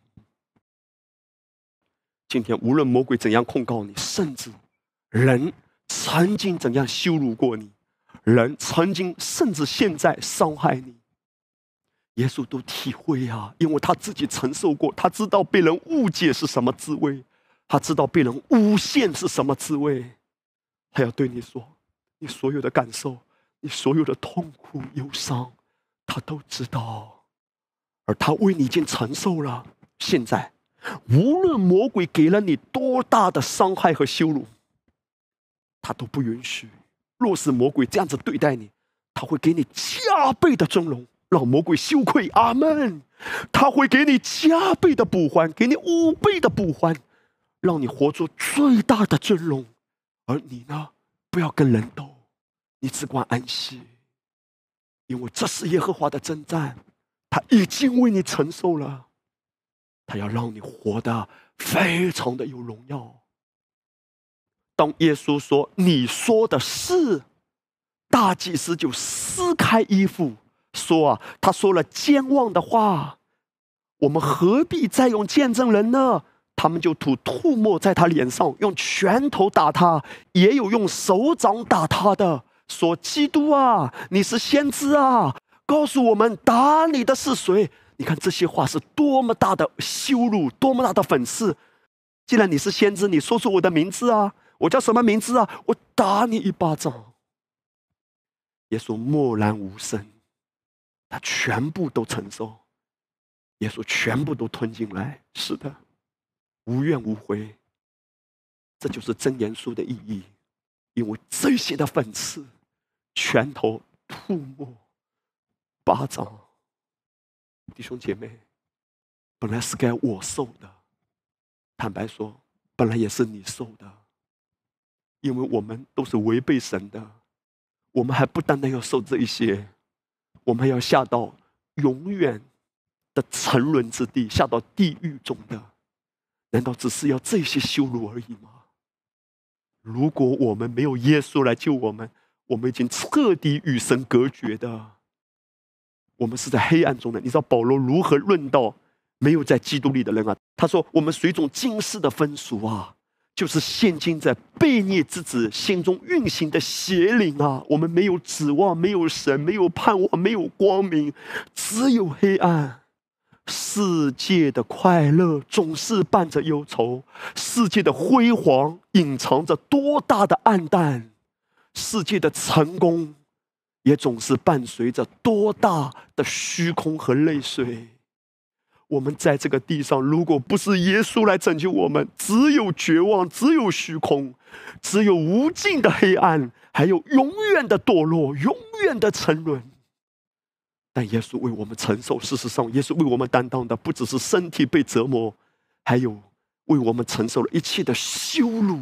今天无论魔鬼怎样控告你，甚至人曾经怎样羞辱过你，人曾经甚至现在伤害你，耶稣都体会啊，因为他自己承受过，他知道被人误解是什么滋味，他知道被人诬陷是什么滋味。他要对你说，你所有的感受，你所有的痛苦忧伤，他都知道，而他为你已经承受了。现在无论魔鬼给了你多大的伤害和羞辱，他都不允许。若是魔鬼这样子对待你，他会给你加倍的尊荣，让魔鬼羞愧。阿们。他会给你加倍的补还，给你5倍的补还，让你活出最大的尊荣。而你呢，不要跟人斗，你只管安息，因为这是耶和华的征战，他已经为你承受了，他要让你活得非常的有荣耀。当耶稣说你说的是，大祭司就撕开衣服说啊，他说了奸妄的话，我们何必再用见证人呢？他们就吐沫在他脸上，用拳头打他，也有用手掌打他的，说基督啊，你是先知啊，告诉我们打你的是谁？你看这些话是多么大的羞辱，多么大的讽刺。既然你是先知，你说出我的名字啊，我叫什么名字啊？我打你一巴掌。耶稣默然无声，他全部都承受，耶稣全部都吞进来。是的，无怨无悔，这就是箴言书的意义。因为这些的讽刺、拳头、吐沫、巴掌，弟兄姐妹，本来是该我受的，坦白说，本来也是你受的，因为我们都是违背神的。我们还不单单要受这一些，我们还要下到永远的沉沦之地，下到地狱中的。难道只是要这些羞辱而已吗？如果我们没有耶稣来救我们，我们已经彻底与神隔绝的，我们是在黑暗中的。你知道保罗如何论到没有在基督里的人啊？他说我们随种今世的风俗啊，就是现今在悖逆之子心中运行的邪灵啊！我们没有指望，没有神，没有盼望，没有光明，只有黑暗。世界的快乐总是伴着忧愁，世界的辉煌隐藏着多大的暗淡，世界的成功也总是伴随着多大的虚空和泪水。我们在这个地上，如果不是耶稣来拯救我们，只有绝望，只有虚空，只有无尽的黑暗，还有永远的堕落，永远的沉沦。但耶稣为我们承受，事实上，耶稣为我们担当的不只是身体被折磨，还有为我们承受了一切的羞辱。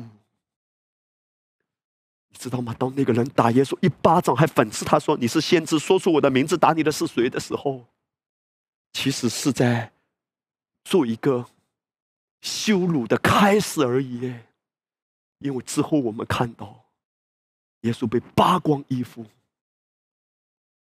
你知道吗？当那个人打耶稣一巴掌，还讽刺他说：“你是先知，说出我的名字，打你的是谁？”的时候，其实是在做一个羞辱的开始而已。因为之后我们看到，耶稣被扒光衣服，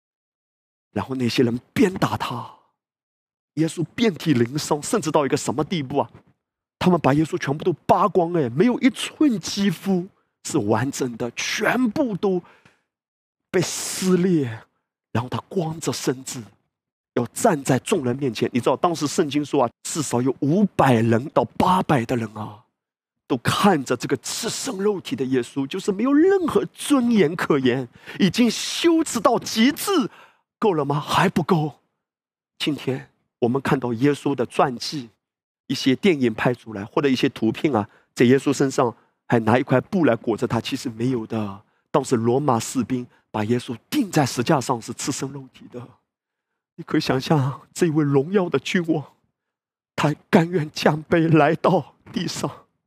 然后那些人鞭打他，耶稣遍体鳞伤，甚至到一个什么地步啊？他们把耶稣全部都扒光，没有一寸肌肤是完整的，全部都被撕裂，然后他光着身子要站在众人面前。你知道当时圣经说啊，至少有500人到800的人啊，都看着这个赤身肉体的耶稣，就是没有任何尊严可言，已经羞耻到极致。够了吗？还不够。今天我们看到耶稣的传记，一些电影拍出来，或者一些图片啊，在耶稣身上还拿一块布来裹着他，其实没有的。当时罗马士兵把耶稣钉在石架上，是赤身肉体的。你可以想象，这位荣耀的君王，他甘愿降卑来到地上，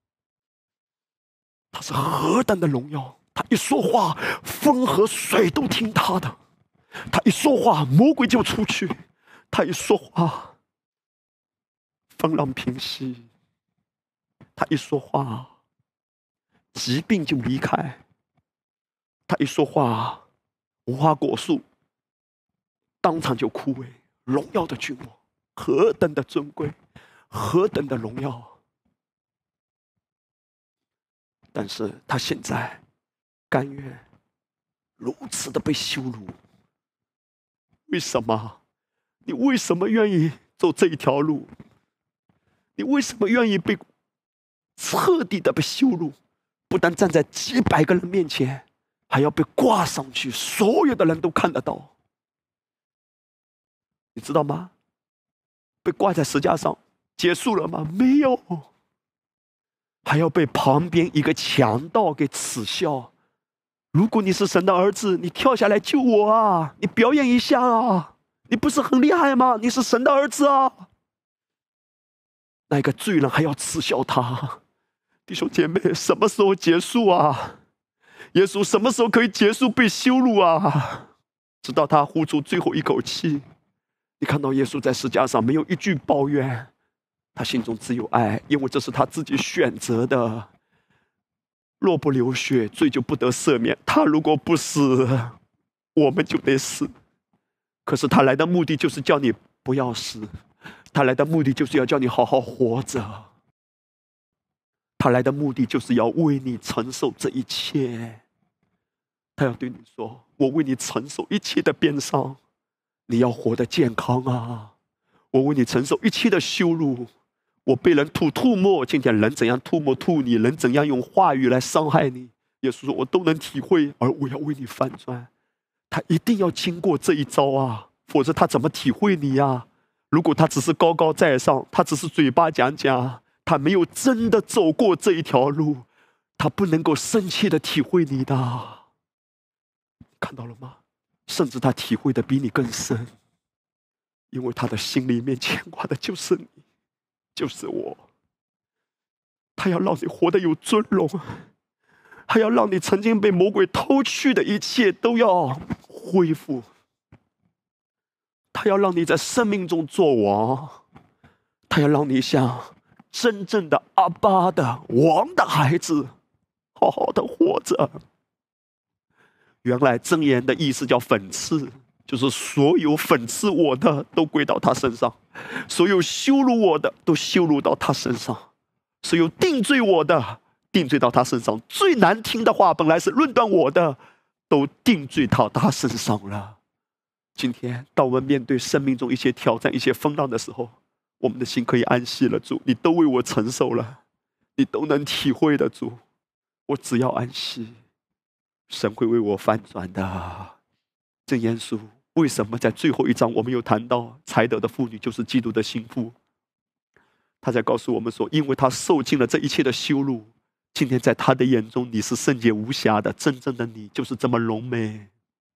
他是何等的荣耀！他一说话，风和水都听他的；他一说话，魔鬼就出去；他一说话，风浪平息；他一说话，疾病就离开；他一说话，无花果树当场就枯萎。荣耀的君王，何等的尊贵，何等的荣耀！但是他现在甘愿如此的被羞辱，为什么？你为什么愿意走这一条路？你为什么愿意被彻底的被羞辱？不但站在几百个人面前，还要被挂上去，所有的人都看得到。你知道吗？被挂在石架上，结束了吗？没有，还要被旁边一个强盗给耻笑。如果你是神的儿子，你跳下来救我啊！你表演一下啊！你不是很厉害吗？你是神的儿子啊！那个罪人还要耻笑他。弟兄姐妹，什么时候结束啊？耶稣什么时候可以结束被羞辱啊？直到他呼出最后一口气。你看到耶稣在石架上没有一句抱怨，他心中只有爱，因为这是他自己选择的。若不流血，罪就不得赦免。他如果不死，我们就得死。可是他来的目的就是叫你不要死，他来的目的就是要叫你好好活着，他来的目的就是要为你承受这一切。他要对你说：我为你承受一切的鞭伤，你要活得健康啊！我为你承受一切的羞辱，我被人吐沫，今天人怎样吐沫吐你，人怎样用话语来伤害你，耶稣说我都能体会，而我要为你翻转。他一定要经过这一招啊，否则他怎么体会你啊？如果他只是高高在上，他只是嘴巴讲讲，他没有真的走过这一条路，他不能够深切的体会你的。看到了吗？甚至他体会的比你更深，因为他的心里面牵挂的就是你，就是我。他要让你活得有尊荣，还要让你曾经被魔鬼偷去的一切都要恢复。他要让你在生命中做王，他要让你像真正的阿爸的王的孩子，好好的活着。原来箴言的意思叫讽刺，就是所有讽刺我的都归到他身上，所有羞辱我的都羞辱到他身上，所有定罪我的定罪到他身上。最难听的话本来是论断我的，都定罪到他身上了。今天当我们面对生命中一些挑战、一些风浪的时候，我们的心可以安息了。主，你都为我承受了，你都能体会的。主，我只要安息，神会为我翻转的。箴言书为什么在最后一章我们有谈到才德的妇女就是基督的心腹？他在告诉我们说，因为他受尽了这一切的羞辱，今天在他的眼中你是圣洁无瑕的，真正的你就是这么荣美，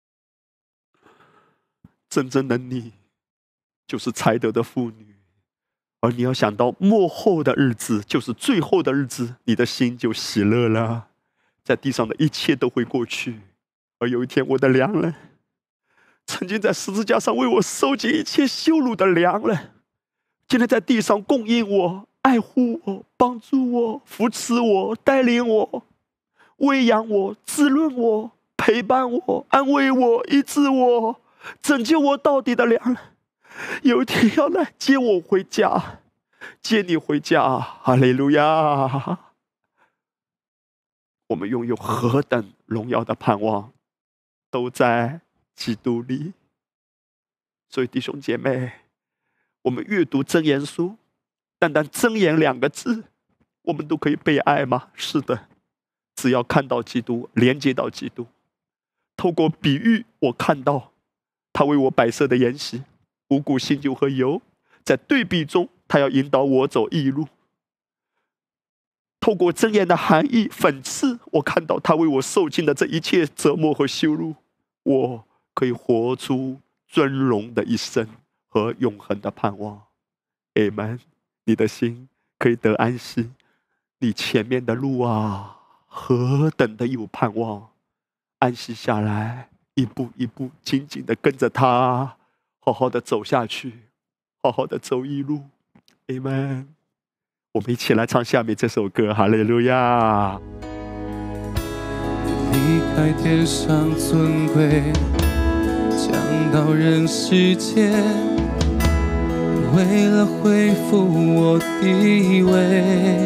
真正的你就是才德的妇女。而你要想到末后的日子，就是最后的日子，你的心就喜乐了。在地上的一切都会过去，而有一天我的良人，曾经在十字架上为我受尽一切羞辱的良人，今天在地上供应我、爱护我、帮助我、扶持我、带领我、喂养我、滋润我、陪伴我、安慰我、医治我， 拯救我到底的良人，有一天要来接我回家，接你回家。哈利路亚！我们拥有何等荣耀的盼望，都在基督里。所以弟兄姐妹，我们阅读箴言书，单单箴言2个字，我们都可以被爱吗？是的，只要看到基督，连接到基督，透过比喻，我看到他为我摆设的筵席，五谷、新酒和油，在对比中，他要引导我走义路。透过箴言的含义讽刺，我看到他为我受尽的这一切折磨和羞辱，我可以活出尊荣的一生和永恒的盼望。Amen， 你的心可以得安息，你前面的路啊，何等的有盼望！安息下来，一步一步紧紧的跟着他，好好的走下去，好好的走一路。Amen。我们一起来唱下面这首歌，哈利路亚。 离开天上尊贵，降到人世间，为了恢复我地位，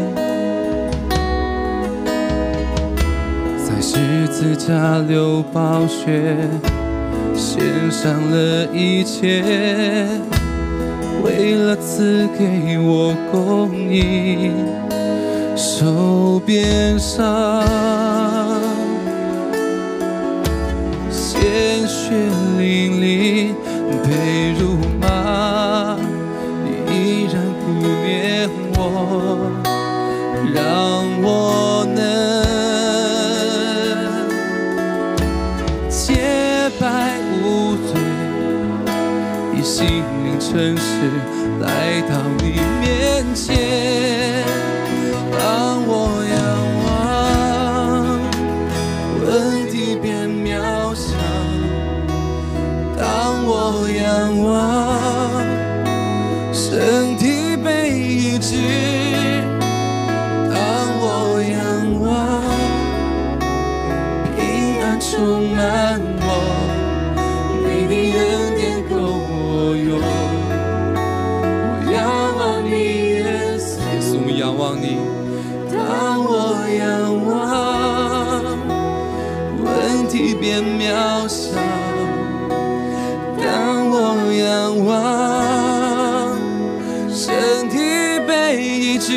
在十字架流宝血，献上了一切，为了赐给我公义，手边上鲜血淋漓，被辱骂，你依然不念我，让我能洁白无罪，以心灵诚实来到你面前，当我仰望，问题变渺小；当我仰望，身体被医治；当我仰望，平安充满我，你的恩典够我用。仰望你，当我仰望，问题变渺小；当我仰望，身体被医治；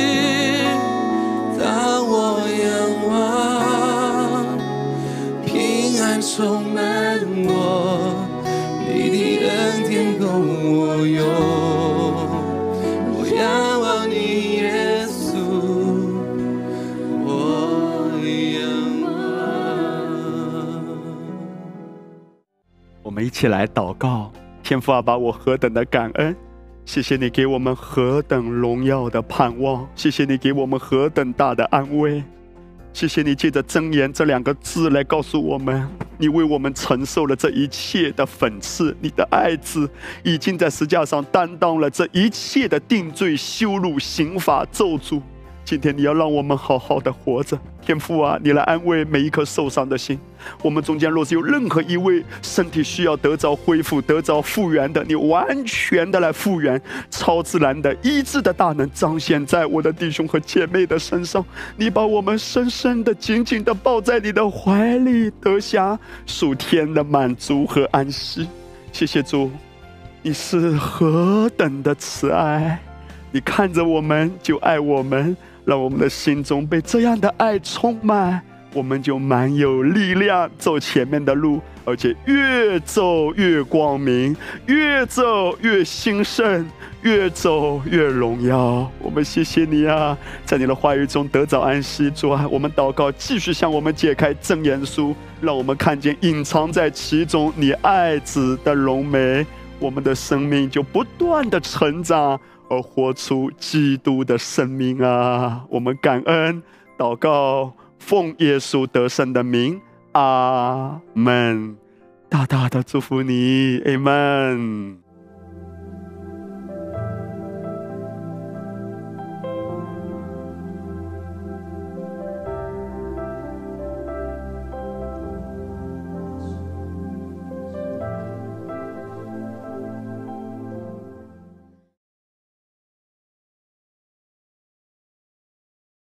当我仰望，平安充满我，你的恩典够我用。我仰望你。 我们一起来祷告。天父啊，把我何等的感恩，谢谢你给我们何等荣耀的盼望，谢谢你给我们何等大的安慰，谢谢你借着箴言这2个字来告诉我们，你为我们承受了这一切的讽刺，你的爱子已经在十字架上担当了这一切的定罪、羞辱、刑罚、咒诅。今天你要让我们好好的活着，天父啊，你来安慰每一颗受伤的心。我们中间若是有任何一位身体需要得着恢复、得着复原的，你完全的来复原，超自然的医治的大能彰显在我的弟兄和姐妹的身上。你把我们深深的、紧紧的抱在你的怀里，得下属天的满足和安息。谢谢主，你是何等的慈爱，你看着我们就爱我们，让我们的心中被这样的爱充满，我们就蛮有力量走前面的路，而且越走越光明，越走越兴盛，越走越荣耀。我们谢谢你啊，在你的话语中得着安息。主啊，我们祷告，继续向我们解开箴言书，让我们看见隐藏在其中你爱子的荣美，我们的生命就不断的成长，而活出基督的生命啊！我们感恩祷告，奉耶稣得胜的名，阿们。大大的祝福你，阿们。